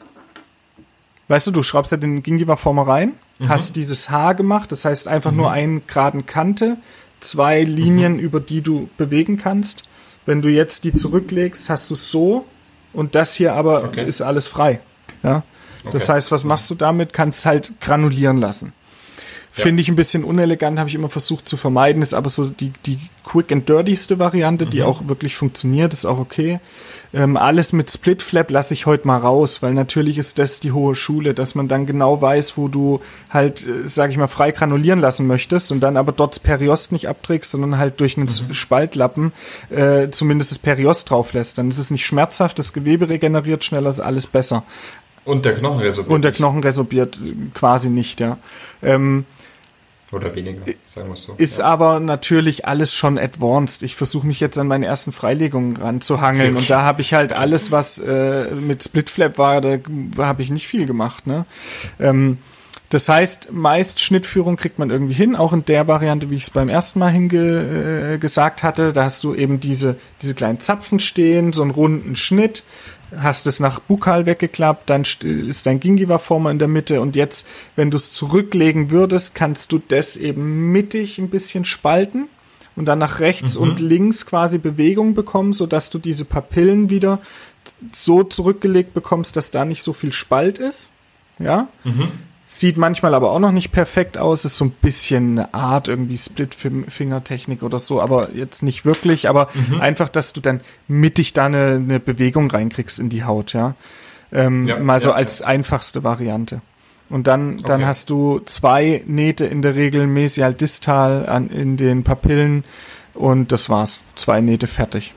Weißt du, du schraubst ja den Gingiva-Former rein, mhm. hast dieses Haar gemacht, das heißt einfach mhm. nur einen geraden Kante, zwei Linien, mhm. über die du bewegen kannst. Wenn du jetzt die zurücklegst, hast du es so und das hier aber okay. ist alles frei. Ja? Okay. Das heißt, was machst du damit? Kannst halt granulieren lassen. Ja. Finde ich ein bisschen unelegant, habe ich immer versucht zu vermeiden, ist aber so die, die quick and dirtyste Variante, mhm. die auch wirklich funktioniert, ist auch okay. Ähm, alles mit Split Flap lasse ich heute mal raus, weil natürlich ist das die hohe Schule, dass man dann genau weiß, wo du halt, äh, sag ich mal, frei granulieren lassen möchtest und dann aber dort das Periost nicht abträgst, sondern halt durch einen mhm. Spaltlappen äh, zumindest das Periost drauf lässt. Dann ist es nicht schmerzhaft, das Gewebe regeneriert schneller, ist alles besser. Und der Knochen resorbiert Und der Knochen resorbiert quasi nicht, ja. Ähm, Oder weniger, sagen wir es so. Ist ja. aber natürlich alles schon advanced. Ich versuche mich jetzt an meine ersten Freilegungen ranzuhangeln okay. und da habe ich halt alles, was äh, mit Splitflap war, da habe ich nicht viel gemacht. Ne? Ähm, das heißt, meist Schnittführung kriegt man irgendwie hin, auch in der Variante, wie ich es beim ersten Mal hinge äh, gesagt hatte. Da hast du eben diese diese kleinen Zapfen stehen, so einen runden Schnitt, hast es nach bukal weggeklappt, dann ist dein Gingiva-Former in der Mitte und jetzt, wenn du es zurücklegen würdest, kannst du das eben mittig ein bisschen spalten und dann nach rechts mhm. und links quasi Bewegung bekommen, sodass du diese Papillen wieder so zurückgelegt bekommst, dass da nicht so viel Spalt ist. Ja? Mhm. Sieht manchmal aber auch noch nicht perfekt aus, ist so ein bisschen eine Art irgendwie Split-Finger-Technik oder so, aber jetzt nicht wirklich, aber mhm. einfach, dass du dann mittig da eine, eine Bewegung reinkriegst in die Haut, ja. Ähm, ja mal so ja, als ja. einfachste Variante. Und dann, dann okay. hast du zwei Nähte in der Regel mesial-distal an, in den Papillen und das war's. Zwei Nähte fertig.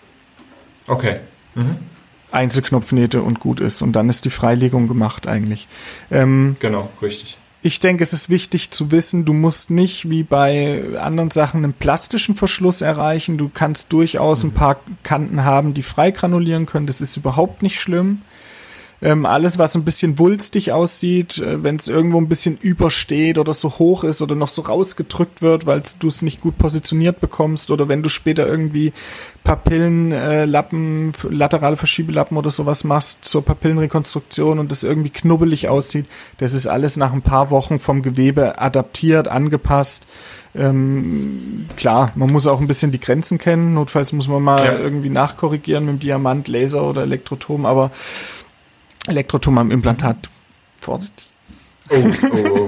Okay. Mhm. Einzelknopfnähte und gut ist. Und dann ist die Freilegung gemacht eigentlich. Ähm, genau, richtig. Ich denke, es ist wichtig zu wissen, du musst nicht wie bei anderen Sachen einen plastischen Verschluss erreichen. Du kannst durchaus mhm. ein paar Kanten haben, die frei granulieren können. Das ist überhaupt nicht schlimm. Ähm, alles, was ein bisschen wulstig aussieht, äh, wenn es irgendwo ein bisschen übersteht oder so hoch ist oder noch so rausgedrückt wird, weil du es nicht gut positioniert bekommst oder wenn du später irgendwie Papillenlappen, äh, laterale Verschiebelappen oder sowas machst zur Papillenrekonstruktion und das irgendwie knubbelig aussieht, das ist alles nach ein paar Wochen vom Gewebe adaptiert, angepasst. Ähm, klar, man muss auch ein bisschen die Grenzen kennen, notfalls muss man mal ja. irgendwie nachkorrigieren mit dem Diamant, Laser oder Elektrotom, aber Elektrotom am Implantat, vorsichtig. Oh, oh, oh.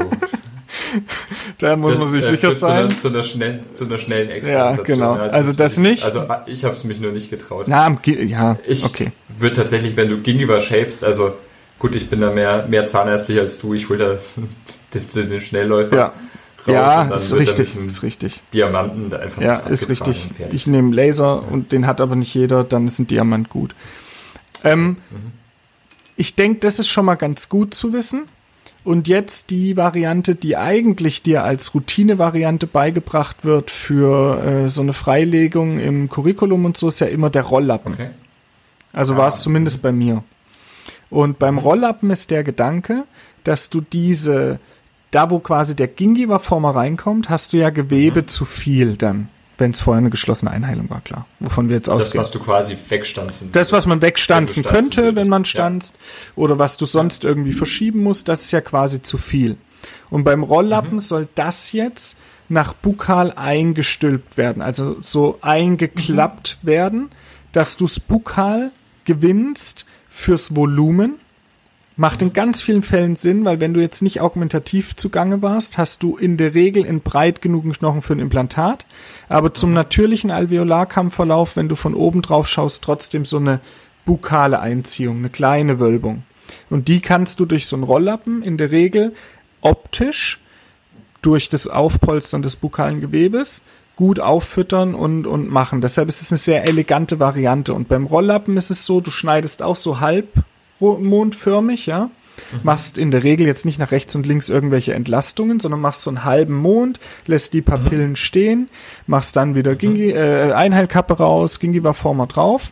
Da muss das, man sich äh, sicher sein. Zu einer, zu, einer schnell, zu einer schnellen Experimentation. Ja, genau. Also, also das, das ich, nicht. Also ich habe es mich nur nicht getraut. Na, am Ge- ja, ich okay. würde tatsächlich, wenn du Gingiva shapest, also gut, ich bin da mehr, mehr zahnärztlich als du, ich hole da den, den Schnellläufer ja. raus. Ja, und dann ist wird richtig, ist richtig. Diamanten da einfach ja, das ist richtig. Fertig. Ich nehme Laser ja. und den hat aber nicht jeder, dann ist ein Diamant gut. Ähm, mhm. Ich denke, das ist schon mal ganz gut zu wissen. Und jetzt die Variante, die eigentlich dir als Routine-Variante beigebracht wird für äh, so eine Freilegung im Curriculum und so, ist ja immer der Rolllappen. Okay. Also ah, war es zumindest mhm. bei mir. Und beim mhm. Rolllappen ist der Gedanke, dass du diese, da wo quasi der Gingiva-Former reinkommt, hast du ja Gewebe mhm. zu viel dann. Wenn es vorher eine geschlossene Einheilung war, klar. Wovon wir jetzt ausgehen. Das, was du quasi wegstanzen Das, was man wegstanzen wenn könnte, willst. wenn man stanzt. Ja. Oder was du sonst ja. irgendwie verschieben musst, das ist ja quasi zu viel. Und beim Rolllappen mhm. soll das jetzt nach Buccal eingestülpt werden. Also so eingeklappt mhm. werden, dass du das Buccal gewinnst fürs Volumen. Macht in ganz vielen Fällen Sinn, weil wenn du jetzt nicht augmentativ zugange warst, hast du in der Regel in breit genugen Knochen für ein Implantat, aber zum natürlichen Alveolarkammverlauf, wenn du von oben drauf schaust, trotzdem so eine bukale Einziehung, eine kleine Wölbung. Und die kannst du durch so einen Rolllappen in der Regel optisch durch das Aufpolstern des bukalen Gewebes gut auffüttern und, und machen. Deshalb ist es eine sehr elegante Variante. Und beim Rolllappen ist es so, du schneidest auch so halb mondförmig, ja. Mhm. Machst in der Regel jetzt nicht nach rechts und links irgendwelche Entlastungen, sondern machst so einen halben Mond, lässt die Papillen mhm. stehen, machst dann wieder Gingi, äh, Einheilkappe raus, Gingiva-Former drauf.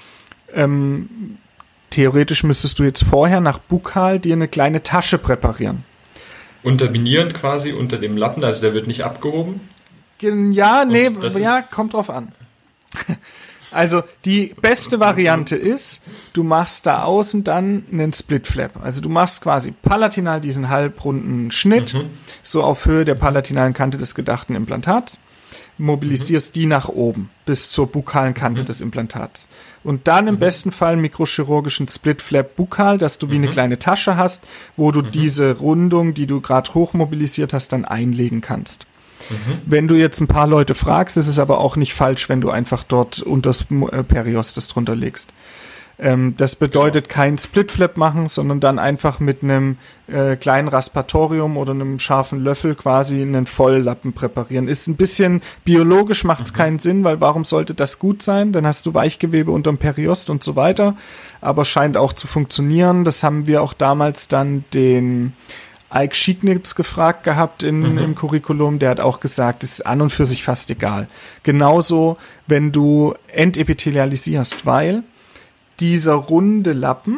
Ähm, theoretisch müsstest du jetzt vorher nach Buccal dir eine kleine Tasche präparieren. Unterminierend quasi unter dem Lappen, also der wird nicht abgehoben? Ja, nee, ja, kommt drauf an. Also die beste Variante ist, du machst da außen dann einen Split-Flap. Also du machst quasi palatinal diesen halbrunden Schnitt, mhm. so auf Höhe der palatinalen Kante des gedachten Implantats, mobilisierst mhm. die nach oben bis zur bukalen Kante mhm. des Implantats. Und dann im mhm. besten Fall mikrochirurgischen Split-Flap bukal, dass du wie mhm. eine kleine Tasche hast, wo du mhm. diese Rundung, die du gerade hochmobilisiert hast, dann einlegen kannst. Mhm. Wenn du jetzt ein paar Leute fragst, ist es aber auch nicht falsch, wenn du einfach dort unter das Periostes drunter legst. Ähm, das bedeutet genau. kein Splitflap machen, sondern dann einfach mit einem äh, kleinen Raspatorium oder einem scharfen Löffel quasi einen Volllappen präparieren. Ist ein bisschen biologisch, macht es mhm. keinen Sinn, weil warum sollte das gut sein? Dann hast du Weichgewebe unterm Periost und so weiter, aber scheint auch zu funktionieren. Das haben wir auch damals dann den Ike Schignitz gefragt gehabt in, mhm. im Curriculum, der hat auch gesagt, es ist an und für sich fast egal. Genauso, wenn du entepithelialisierst, weil dieser runde Lappen,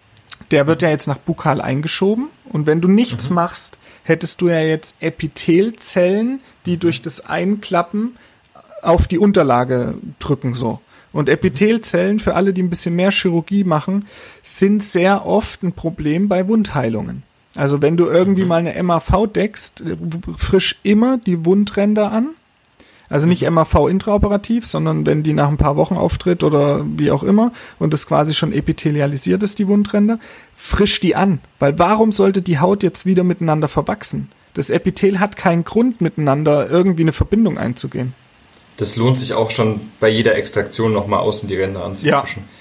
der wird ja jetzt nach bukal eingeschoben und wenn du nichts mhm. machst, hättest du ja jetzt Epithelzellen, die mhm. durch das Einklappen auf die Unterlage drücken so. Und Epithelzellen, für alle, die ein bisschen mehr Chirurgie machen, sind sehr oft ein Problem bei Wundheilungen. Also wenn du irgendwie mhm. mal eine M A V deckst, frisch immer die Wundränder an. Also nicht M A V intraoperativ, sondern wenn die nach ein paar Wochen auftritt oder wie auch immer und das quasi schon epithelialisiert ist, die Wundränder, frisch die an. Weil warum sollte die Haut jetzt wieder miteinander verwachsen? Das Epithel hat keinen Grund, miteinander irgendwie eine Verbindung einzugehen. Das lohnt sich auch schon bei jeder Extraktion nochmal außen die Ränder anzufrischen. Ja.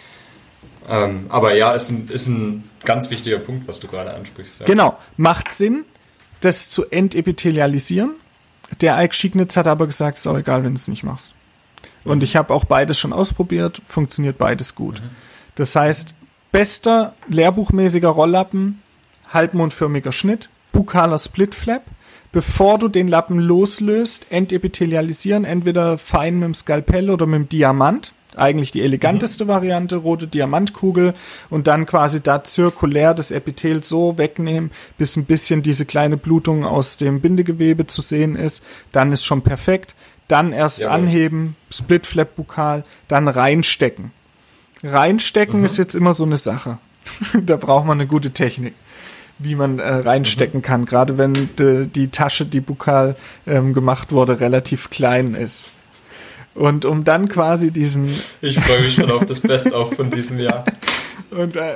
Ähm, aber ja, ist ein, ist ein ganz wichtiger Punkt, was du gerade ansprichst. Ja. Genau. Macht Sinn, das zu entepithelialisieren. Der Ike Schignitz hat aber gesagt, ist auch egal, wenn du es nicht machst. Mhm. Und ich habe auch beides schon ausprobiert, funktioniert beides gut. Mhm. Das heißt, bester lehrbuchmäßiger Rolllappen, halbmondförmiger Schnitt, bukaler Splitflap. Bevor du den Lappen loslöst, entepithelialisieren, entweder fein mit dem Skalpell oder mit dem Diamant. Eigentlich die eleganteste mhm. Variante, rote Diamantkugel und dann quasi da zirkulär das Epithel so wegnehmen, bis ein bisschen diese kleine Blutung aus dem Bindegewebe zu sehen ist. Dann ist schon perfekt. Dann erst Jawohl. Anheben, Split-Flap-Bukal, dann reinstecken. Reinstecken mhm. ist jetzt immer so eine Sache. Da braucht man eine gute Technik, wie man äh, reinstecken mhm. kann, gerade wenn de, die Tasche, die Bukal ähm, gemacht wurde, relativ klein ist. Und um dann quasi diesen... Ich freue mich schon auf das Best-of von diesem Jahr. Und äh,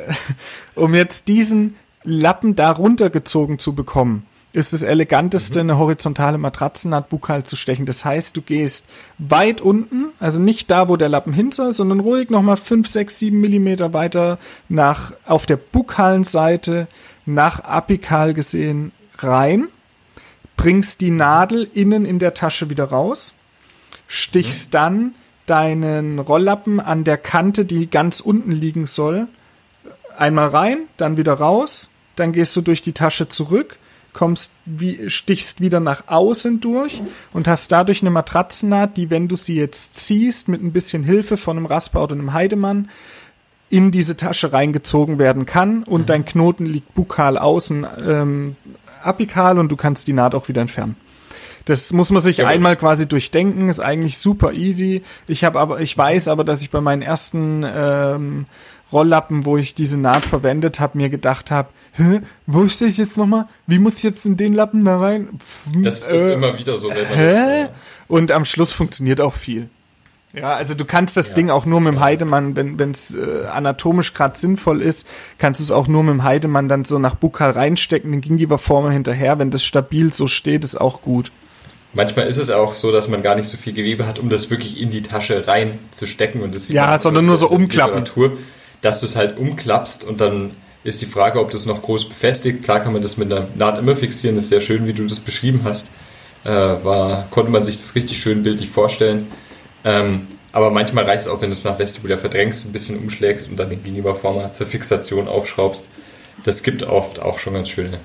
um jetzt diesen Lappen da runtergezogen zu bekommen, ist das Eleganteste, mhm. eine horizontale Matratzennaht Bukal zu stechen. Das heißt, du gehst weit unten, also nicht da, wo der Lappen hin soll, sondern ruhig nochmal fünf, sechs, sieben Millimeter weiter nach, auf der bukalen Seite, nach apikal gesehen, rein, bringst die Nadel innen in der Tasche wieder raus, stichst mhm. dann deinen Rolllappen an der Kante, die ganz unten liegen soll, einmal rein, dann wieder raus, dann gehst du durch die Tasche zurück, kommst, wie, stichst wieder nach außen durch und hast dadurch eine Matratzennaht, die, wenn du sie jetzt ziehst, mit ein bisschen Hilfe von einem Rasper oder einem Heidemann, in diese Tasche reingezogen werden kann und mhm. dein Knoten liegt bukal außen ähm, apikal und du kannst die Naht auch wieder entfernen. Das muss man sich ja, einmal quasi durchdenken, ist eigentlich super easy. Ich habe aber, ich weiß aber, dass ich bei meinen ersten ähm, Rolllappen, wo ich diese Naht verwendet habe, mir gedacht habe, hä, wo stehe ich jetzt nochmal? Wie muss ich jetzt in den Lappen da rein? Pff, das äh, ist immer wieder so, wenn man hä? das... Äh, Und am Schluss funktioniert auch viel. Ja, also du kannst das ja. Ding auch nur mit dem Heidemann, wenn es äh, anatomisch gerade sinnvoll ist, kannst du es auch nur mit dem Heidemann dann so nach Bukal reinstecken, den Gingiva-Former hinterher. Wenn das stabil so steht, ist auch gut. Manchmal ist es auch so, dass man gar nicht so viel Gewebe hat, um das wirklich in die Tasche rein zu stecken. Und das sieht ja, sondern nur so umklappen. Dass du es halt umklappst und dann ist die Frage, ob du es noch groß befestigt. Klar kann man das mit einer Naht immer fixieren, das ist sehr schön, wie du das beschrieben hast. Äh, war, konnte man sich das richtig schön bildlich vorstellen. Ähm, aber manchmal reicht es auch, wenn du es nach vestibulär verdrängst, ein bisschen umschlägst und dann den Gingiva-Former zur Fixation aufschraubst. Das gibt oft auch schon ganz schöne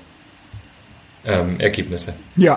ähm, Ergebnisse. Ja.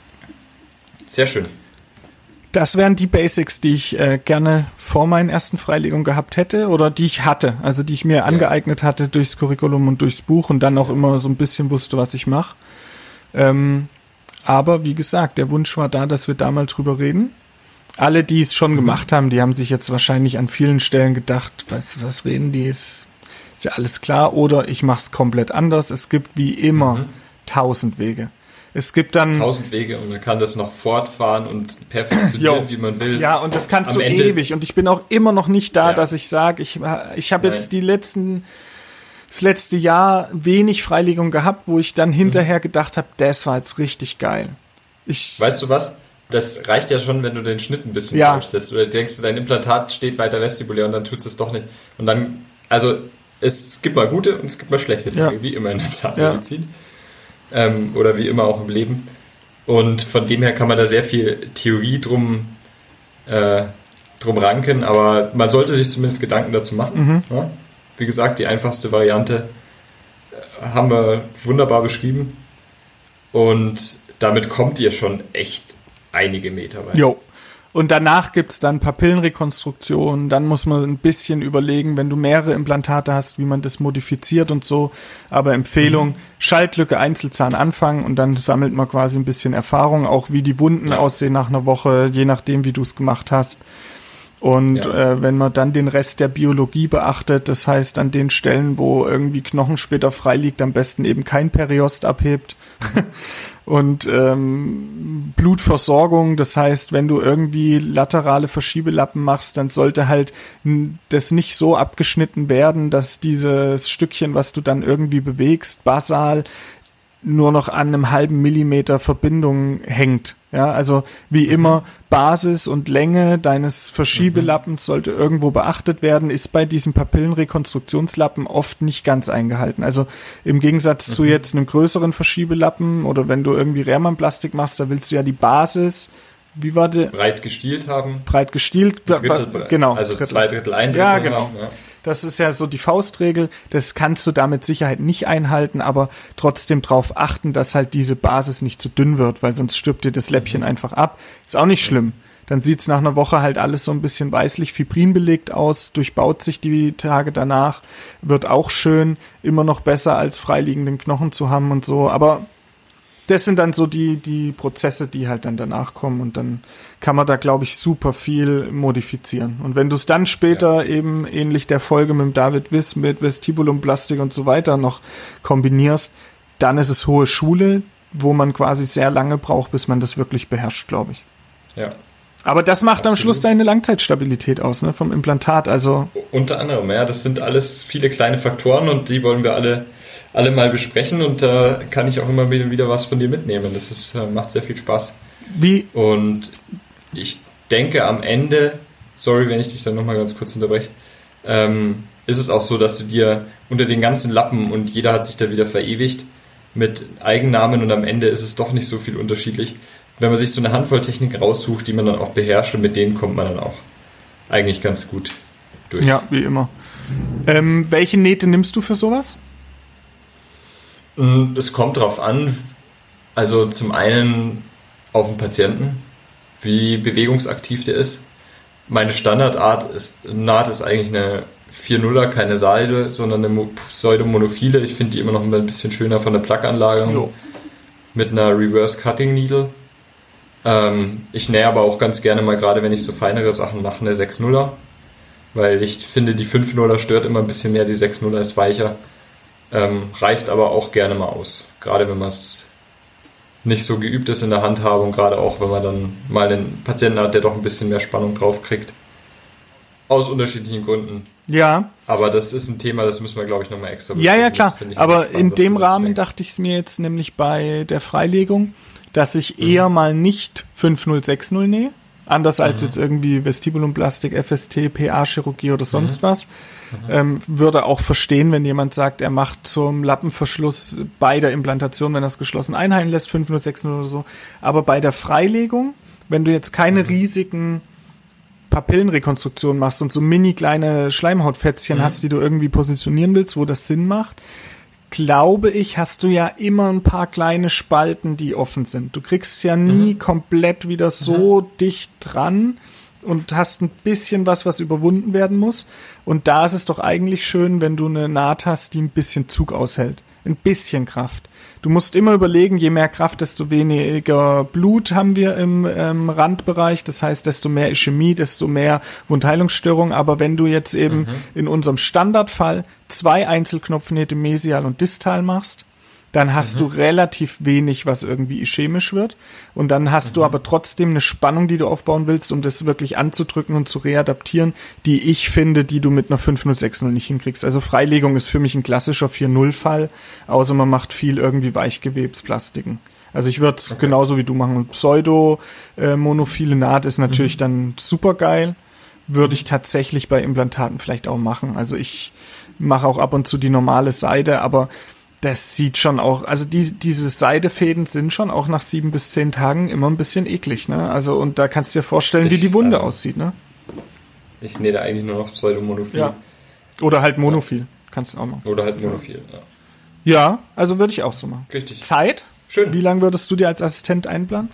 Sehr schön. Das wären die Basics, die ich äh, gerne vor meinen ersten Freilegungen gehabt hätte oder die ich hatte, also die ich mir ja. angeeignet hatte durchs Curriculum und durchs Buch und dann auch ja. immer so ein bisschen wusste, was ich mache. Ähm, aber wie gesagt, der Wunsch war da, dass wir da mal drüber reden. Alle, die es schon mhm. gemacht haben, die haben sich jetzt wahrscheinlich an vielen Stellen gedacht, was, was reden die, ist, ist ja alles klar, oder ich mache es komplett anders. Es gibt wie immer mhm. tausend Wege. Es gibt dann tausend Wege und man kann das noch fortfahren und perfektionieren, jo. wie man will. Ja, und das kannst Am du Ende ewig. Und ich bin auch immer noch nicht da, ja. dass ich sage, ich, ich habe jetzt die letzten, das letzte Jahr wenig Freilegung gehabt, wo ich dann hinterher gedacht habe, das war jetzt richtig geil. Ich, weißt du was? Das reicht ja schon, wenn du den Schnitt ein bisschen ja. falsch setzt. Oder denkst du, dein Implantat steht weiter vestibulär und dann tut es doch nicht. Und dann, also es gibt mal gute und es gibt mal schlechte Tage, ja. wie immer in der Zahnmedizin. Ja. Ähm, oder wie immer auch im Leben. Und von dem her kann man da sehr viel Theorie drum, äh, drum ranken, aber man sollte sich zumindest Gedanken dazu machen. Mhm. Ja? Wie gesagt, die einfachste Variante haben wir wunderbar beschrieben und damit kommt ihr schon echt einige Meter weit. Jo. Und danach gibt's dann Papillenrekonstruktionen, dann muss man ein bisschen überlegen, wenn du mehrere Implantate hast, wie man das modifiziert und so. Aber Empfehlung, mhm. Schaltlücke, Einzelzahn anfangen und dann sammelt man quasi ein bisschen Erfahrung, auch wie die Wunden ja. aussehen nach einer Woche, je nachdem, wie du es gemacht hast. Und ja. äh, wenn man dann den Rest der Biologie beachtet, das heißt an den Stellen, wo irgendwie Knochensplitter frei liegt, am besten eben kein Periost abhebt. Mhm. Und ähm, Blutversorgung, das heißt, wenn du irgendwie laterale Verschiebelappen machst, dann sollte halt das nicht so abgeschnitten werden, dass dieses Stückchen, was du dann irgendwie bewegst, basal, nur noch an einem halben Millimeter Verbindung hängt. Ja, also wie mhm. immer, Basis und Länge deines Verschiebelappens mhm. sollte irgendwo beachtet werden, ist bei diesen Papillenrekonstruktionslappen oft nicht ganz eingehalten. Also im Gegensatz mhm. zu jetzt einem größeren Verschiebelappen oder wenn du irgendwie Rehrmann-Plastik machst, da willst du ja die Basis, wie war der? Breit gestielt haben. Breit gestielt, Drittel, genau. Also Drittel. zwei Drittel, ein Drittel. Ja, genau. Haben, ja. Das ist ja so die Faustregel, das kannst du da mit Sicherheit nicht einhalten, aber trotzdem drauf achten, dass halt diese Basis nicht zu dünn wird, weil sonst stirbt dir das Läppchen mhm. einfach ab. Ist auch nicht schlimm. Dann sieht's nach einer Woche halt alles so ein bisschen weißlich fibrinbelegt aus, durchbaut sich die Tage danach, wird auch schön, immer noch besser als freiliegenden Knochen zu haben und so, aber das sind dann so die, die Prozesse, die halt dann danach kommen und dann kann man da, glaube ich, super viel modifizieren. Und wenn du es dann später ja. eben ähnlich der Folge mit dem David Wiss, mit Vestibulumplastik und so weiter noch kombinierst, dann ist es hohe Schule, wo man quasi sehr lange braucht, bis man das wirklich beherrscht, glaube ich. Ja. Aber das macht Absolut. Am Schluss deine Langzeitstabilität aus, ne, vom Implantat, also. Unter anderem, ja, das sind alles viele kleine Faktoren und die wollen wir alle alle mal besprechen und da äh, kann ich auch immer wieder was von dir mitnehmen. Das ist, äh, macht sehr viel Spaß. Wie? Und ich denke am Ende, sorry, wenn ich dich dann nochmal ganz kurz unterbreche, ähm, ist es auch so, dass du dir unter den ganzen Lappen und jeder hat sich da wieder verewigt mit Eigennamen und am Ende ist es doch nicht so viel unterschiedlich. Wenn man sich so eine Handvoll Techniken raussucht, die man dann auch beherrscht und mit denen kommt man dann auch eigentlich ganz gut durch. Ja, wie immer. Ähm, welche Nähte nimmst du für sowas? Es kommt drauf an, also zum einen auf den Patienten, wie bewegungsaktiv der ist. Meine Standardart ist, Naht ist eigentlich eine vier nuller, keine Seide, sondern eine Pseudomonophile. Ich finde die immer noch ein bisschen schöner von der Plug-Anlage Jo. mit einer Reverse Cutting Needle. Ähm, ich nähe aber auch ganz gerne mal, gerade wenn ich so feinere Sachen mache, eine sechs nuller, weil ich finde, die fünf nuller stört immer ein bisschen mehr, die sechs nuller ist weicher. Ähm, reißt aber auch gerne mal aus. Gerade wenn man es nicht so geübt ist in der Handhabung, gerade auch wenn man dann mal einen Patienten hat, der doch ein bisschen mehr Spannung drauf kriegt. Aus unterschiedlichen Gründen. Ja. Aber das ist ein Thema, das müssen wir, glaube ich, nochmal extra besprechen. Ja, ja, klar. Aber spannend, in dem Rahmen denkst. dachte ich es mir jetzt nämlich bei der Freilegung, dass ich mhm. eher mal nicht fünf null sechs null nähe. Anders als mhm. jetzt irgendwie Vestibulumplastik, F S T, P A-Chirurgie oder sonst mhm. was. Mhm. Ähm, würde auch verstehen, wenn jemand sagt, er macht zum Lappenverschluss bei der Implantation, wenn er es geschlossen einheilen lässt, fünf null sechs null oder so. Aber bei der Freilegung, wenn du jetzt keine mhm. riesigen Papillenrekonstruktionen machst und so mini kleine Schleimhautfätzchen mhm. hast, die du irgendwie positionieren willst, wo das Sinn macht, glaube ich, hast du ja immer ein paar kleine Spalten, die offen sind. Du kriegst es ja nie mhm. komplett wieder so mhm. dicht dran und hast ein bisschen was, was überwunden werden muss. Und da ist es doch eigentlich schön, wenn du eine Naht hast, die ein bisschen Zug aushält. Ein bisschen Kraft. Du musst immer überlegen, je mehr Kraft, desto weniger Blut haben wir im ähm, Randbereich. Das heißt, desto mehr Ischämie, desto mehr Wundheilungsstörung. Aber wenn du jetzt eben mhm. in unserem Standardfall zwei Einzelknopfnähte mesial und distal machst, dann hast mhm. du relativ wenig, was irgendwie ischämisch wird. Und dann hast mhm. du aber trotzdem eine Spannung, die du aufbauen willst, um das wirklich anzudrücken und zu readaptieren, die ich finde, die du mit einer fünf null sechs null nicht hinkriegst. Also Freilegung ist für mich ein klassischer vier null Fall, außer man macht viel irgendwie Weichgewebsplastiken. Also ich würde es okay. genauso wie du machen. Und Pseudo-monophile Naht ist natürlich mhm. dann super geil. Würde ich tatsächlich bei Implantaten vielleicht auch machen. Also ich mache auch ab und zu die normale Seide, aber das sieht schon auch, also die, diese Seidefäden sind schon auch nach sieben bis zehn Tagen immer ein bisschen eklig, ne? Also, und da kannst du dir vorstellen, ich, wie die Wunde also, aussieht, ne? Ich nähe da eigentlich nur noch Pseudomonophil. Ja. Oder halt Monophil. Ja. Kannst du auch machen. Oder halt Monophil, ja. Ja, also würde ich auch so machen. Richtig. Zeit? Schön. Wie lange würdest du dir als Assistent einplanen?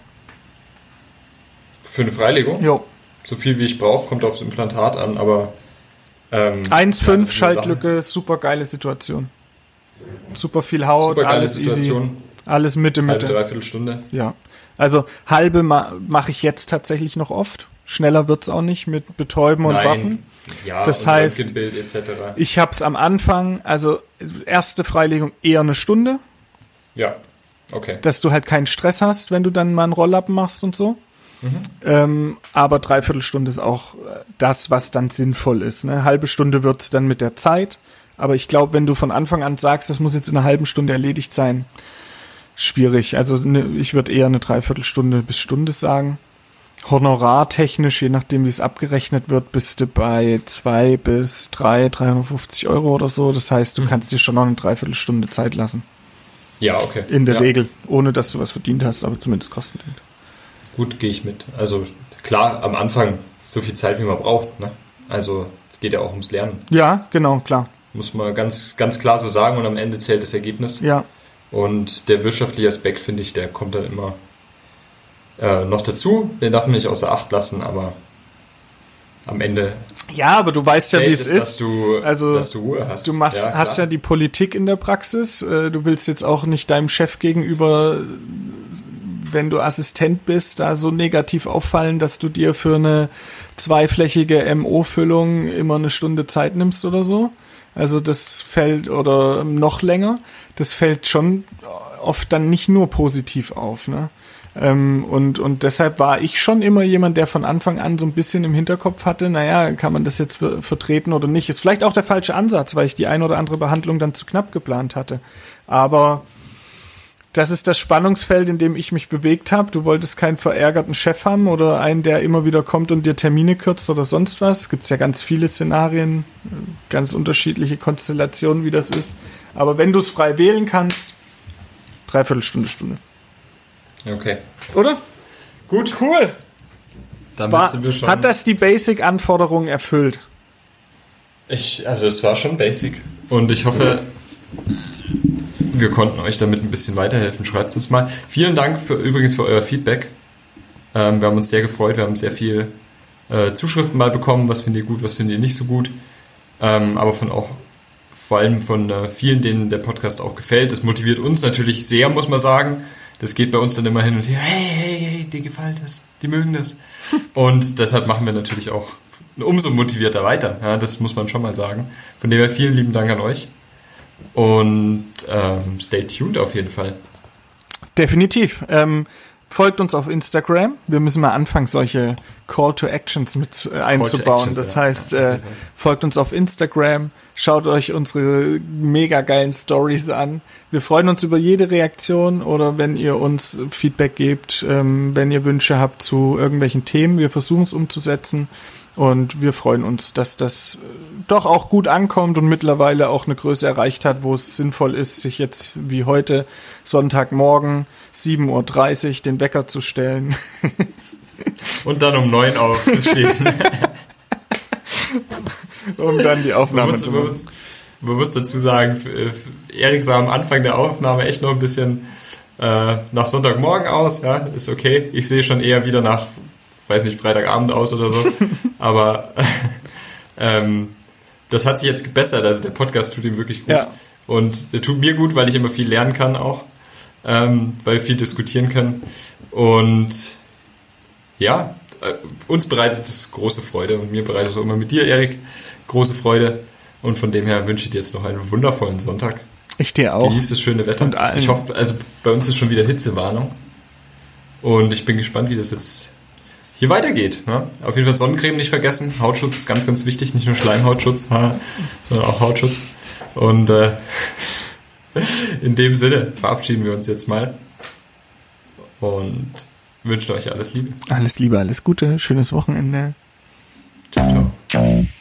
Für eine Freilegung? Jo. So viel wie ich brauche, kommt aufs Implantat an, aber ähm, eins Komma fünf Schaltlücke, super geile Situation. Super viel Haut, super alles Situation. Easy, alles Mitte, Mitte. Halbe, dreiviertel Stunde. Ja, also halbe ma- mache ich jetzt tatsächlich noch oft. Schneller wird's auch nicht mit Betäuben und Nein. Wappen. Ja, das und heißt, Röntgenbild et cetera. Ich habe es am Anfang, also erste Freilegung eher eine Stunde. Ja, okay. Dass du halt keinen Stress hast, wenn du dann mal einen Rolllappen machst und so. Mhm. Ähm, aber dreiviertel Stunde ist auch das, was dann sinnvoll ist. Ne? Halbe Stunde wird's dann mit der Zeit. Aber ich glaube, wenn du von Anfang an sagst, das muss jetzt in einer halben Stunde erledigt sein, schwierig. Also ne, ich würde eher eine Dreiviertelstunde bis Stunde sagen. Honorartechnisch, je nachdem wie es abgerechnet wird, bist du bei zwei bis drei, dreihundertfünfzig Euro oder so. Das heißt, du mhm. kannst dir schon noch eine Dreiviertelstunde Zeit lassen. Ja, okay. In der ja. Regel, ohne dass du was verdient hast, aber zumindest kostendeckend. Gut, gehe ich mit. Also klar, am Anfang so viel Zeit, wie man braucht. Ne? Also es geht ja auch ums Lernen. Ja, genau, klar. Muss man ganz, ganz klar so sagen und am Ende zählt das Ergebnis. Ja. Und der wirtschaftliche Aspekt, finde ich, der kommt dann immer äh, noch dazu. Den darf man nicht außer Acht lassen, aber am Ende... Ja, aber du weißt ja, wie es ist. Dass du, also, dass du Ruhe hast. Du machst, ja, hast ja die Politik in der Praxis. Du willst jetzt auch nicht deinem Chef gegenüber, wenn du Assistent bist, da so negativ auffallen, dass du dir für eine zweiflächige M O-Füllung immer eine Stunde Zeit nimmst oder so. Also das fällt, oder noch länger, das fällt schon oft dann nicht nur positiv auf, ne? Ähm, und, und deshalb war ich schon immer jemand, der von Anfang an so ein bisschen im Hinterkopf hatte, naja, kann man das jetzt ver- vertreten oder nicht? Ist vielleicht auch der falsche Ansatz, weil ich die ein oder andere Behandlung dann zu knapp geplant hatte. Aber das ist das Spannungsfeld, in dem ich mich bewegt habe. Du wolltest keinen verärgerten Chef haben oder einen, der immer wieder kommt und dir Termine kürzt oder sonst was. Es gibt ja ganz viele Szenarien, ganz unterschiedliche Konstellationen, wie das ist. Aber wenn du es frei wählen kannst, Dreiviertelstunde, Stunde. Okay. Oder? Gut. Cool. Damit War, sind wir schon... Hat das die Basic-Anforderungen erfüllt? Ich, also es war schon basic. Und ich hoffe, wir konnten euch damit ein bisschen weiterhelfen. Schreibt es uns mal. Vielen Dank für, übrigens für euer Feedback. Ähm, wir haben uns sehr gefreut. Wir haben sehr viel äh, Zuschriften mal bekommen. Was findet ihr gut, was findet ihr nicht so gut. Ähm, aber von auch vor allem von äh, vielen, denen der Podcast auch gefällt. Das motiviert uns natürlich sehr, muss man sagen. Das geht bei uns dann immer hin und her. Hey, hey, hey, dir gefällt das. Die mögen das. Und deshalb machen wir natürlich auch umso motivierter weiter. Ja, das muss man schon mal sagen. Von dem her vielen lieben Dank an euch. Und ähm, stay tuned auf jeden Fall. Definitiv. Ähm, folgt uns auf Instagram. Wir müssen mal anfangen, solche Call to Actions mit äh, einzubauen. Actions, das ja. heißt, äh, folgt uns auf Instagram. Schaut euch unsere mega geilen Stories an. Wir freuen uns über jede Reaktion oder wenn ihr uns Feedback gebt, ähm, wenn ihr Wünsche habt zu irgendwelchen Themen. Wir versuchen es umzusetzen und wir freuen uns, dass das doch auch gut ankommt und mittlerweile auch eine Größe erreicht hat, wo es sinnvoll ist, sich jetzt wie heute Sonntagmorgen sieben Uhr dreißig den Wecker zu stellen. Und dann um neun aufzustehen. Um dann die Aufnahme man muss, zu machen. Man muss, man muss dazu sagen, Erik sah am Anfang der Aufnahme echt noch ein bisschen äh, nach Sonntagmorgen aus. Ja, ist okay. Ich sehe schon eher wieder nach, weiß nicht, Freitagabend aus oder so. Aber ähm, das hat sich jetzt gebessert. Also der Podcast tut ihm wirklich gut. Ja. Und der tut mir gut, weil ich immer viel lernen kann auch. Ähm, weil wir viel diskutieren können. Und ja, uns bereitet es große Freude und mir bereitet es auch immer mit dir, Erik, große Freude. Und von dem her wünsche ich dir jetzt noch einen wundervollen Sonntag. Ich dir auch. Genieß das schöne Wetter. Und ich hoffe, also bei uns ist schon wieder Hitzewarnung. Und ich bin gespannt, wie das jetzt hier weitergeht. Ne? Auf jeden Fall Sonnencreme nicht vergessen. Hautschutz ist ganz, ganz wichtig. Nicht nur Schleimhautschutz, sondern auch Hautschutz. Und äh, in dem Sinne verabschieden wir uns jetzt mal. Und wünschen euch alles Liebe. Alles Liebe, alles Gute, schönes Wochenende. Ciao, ciao.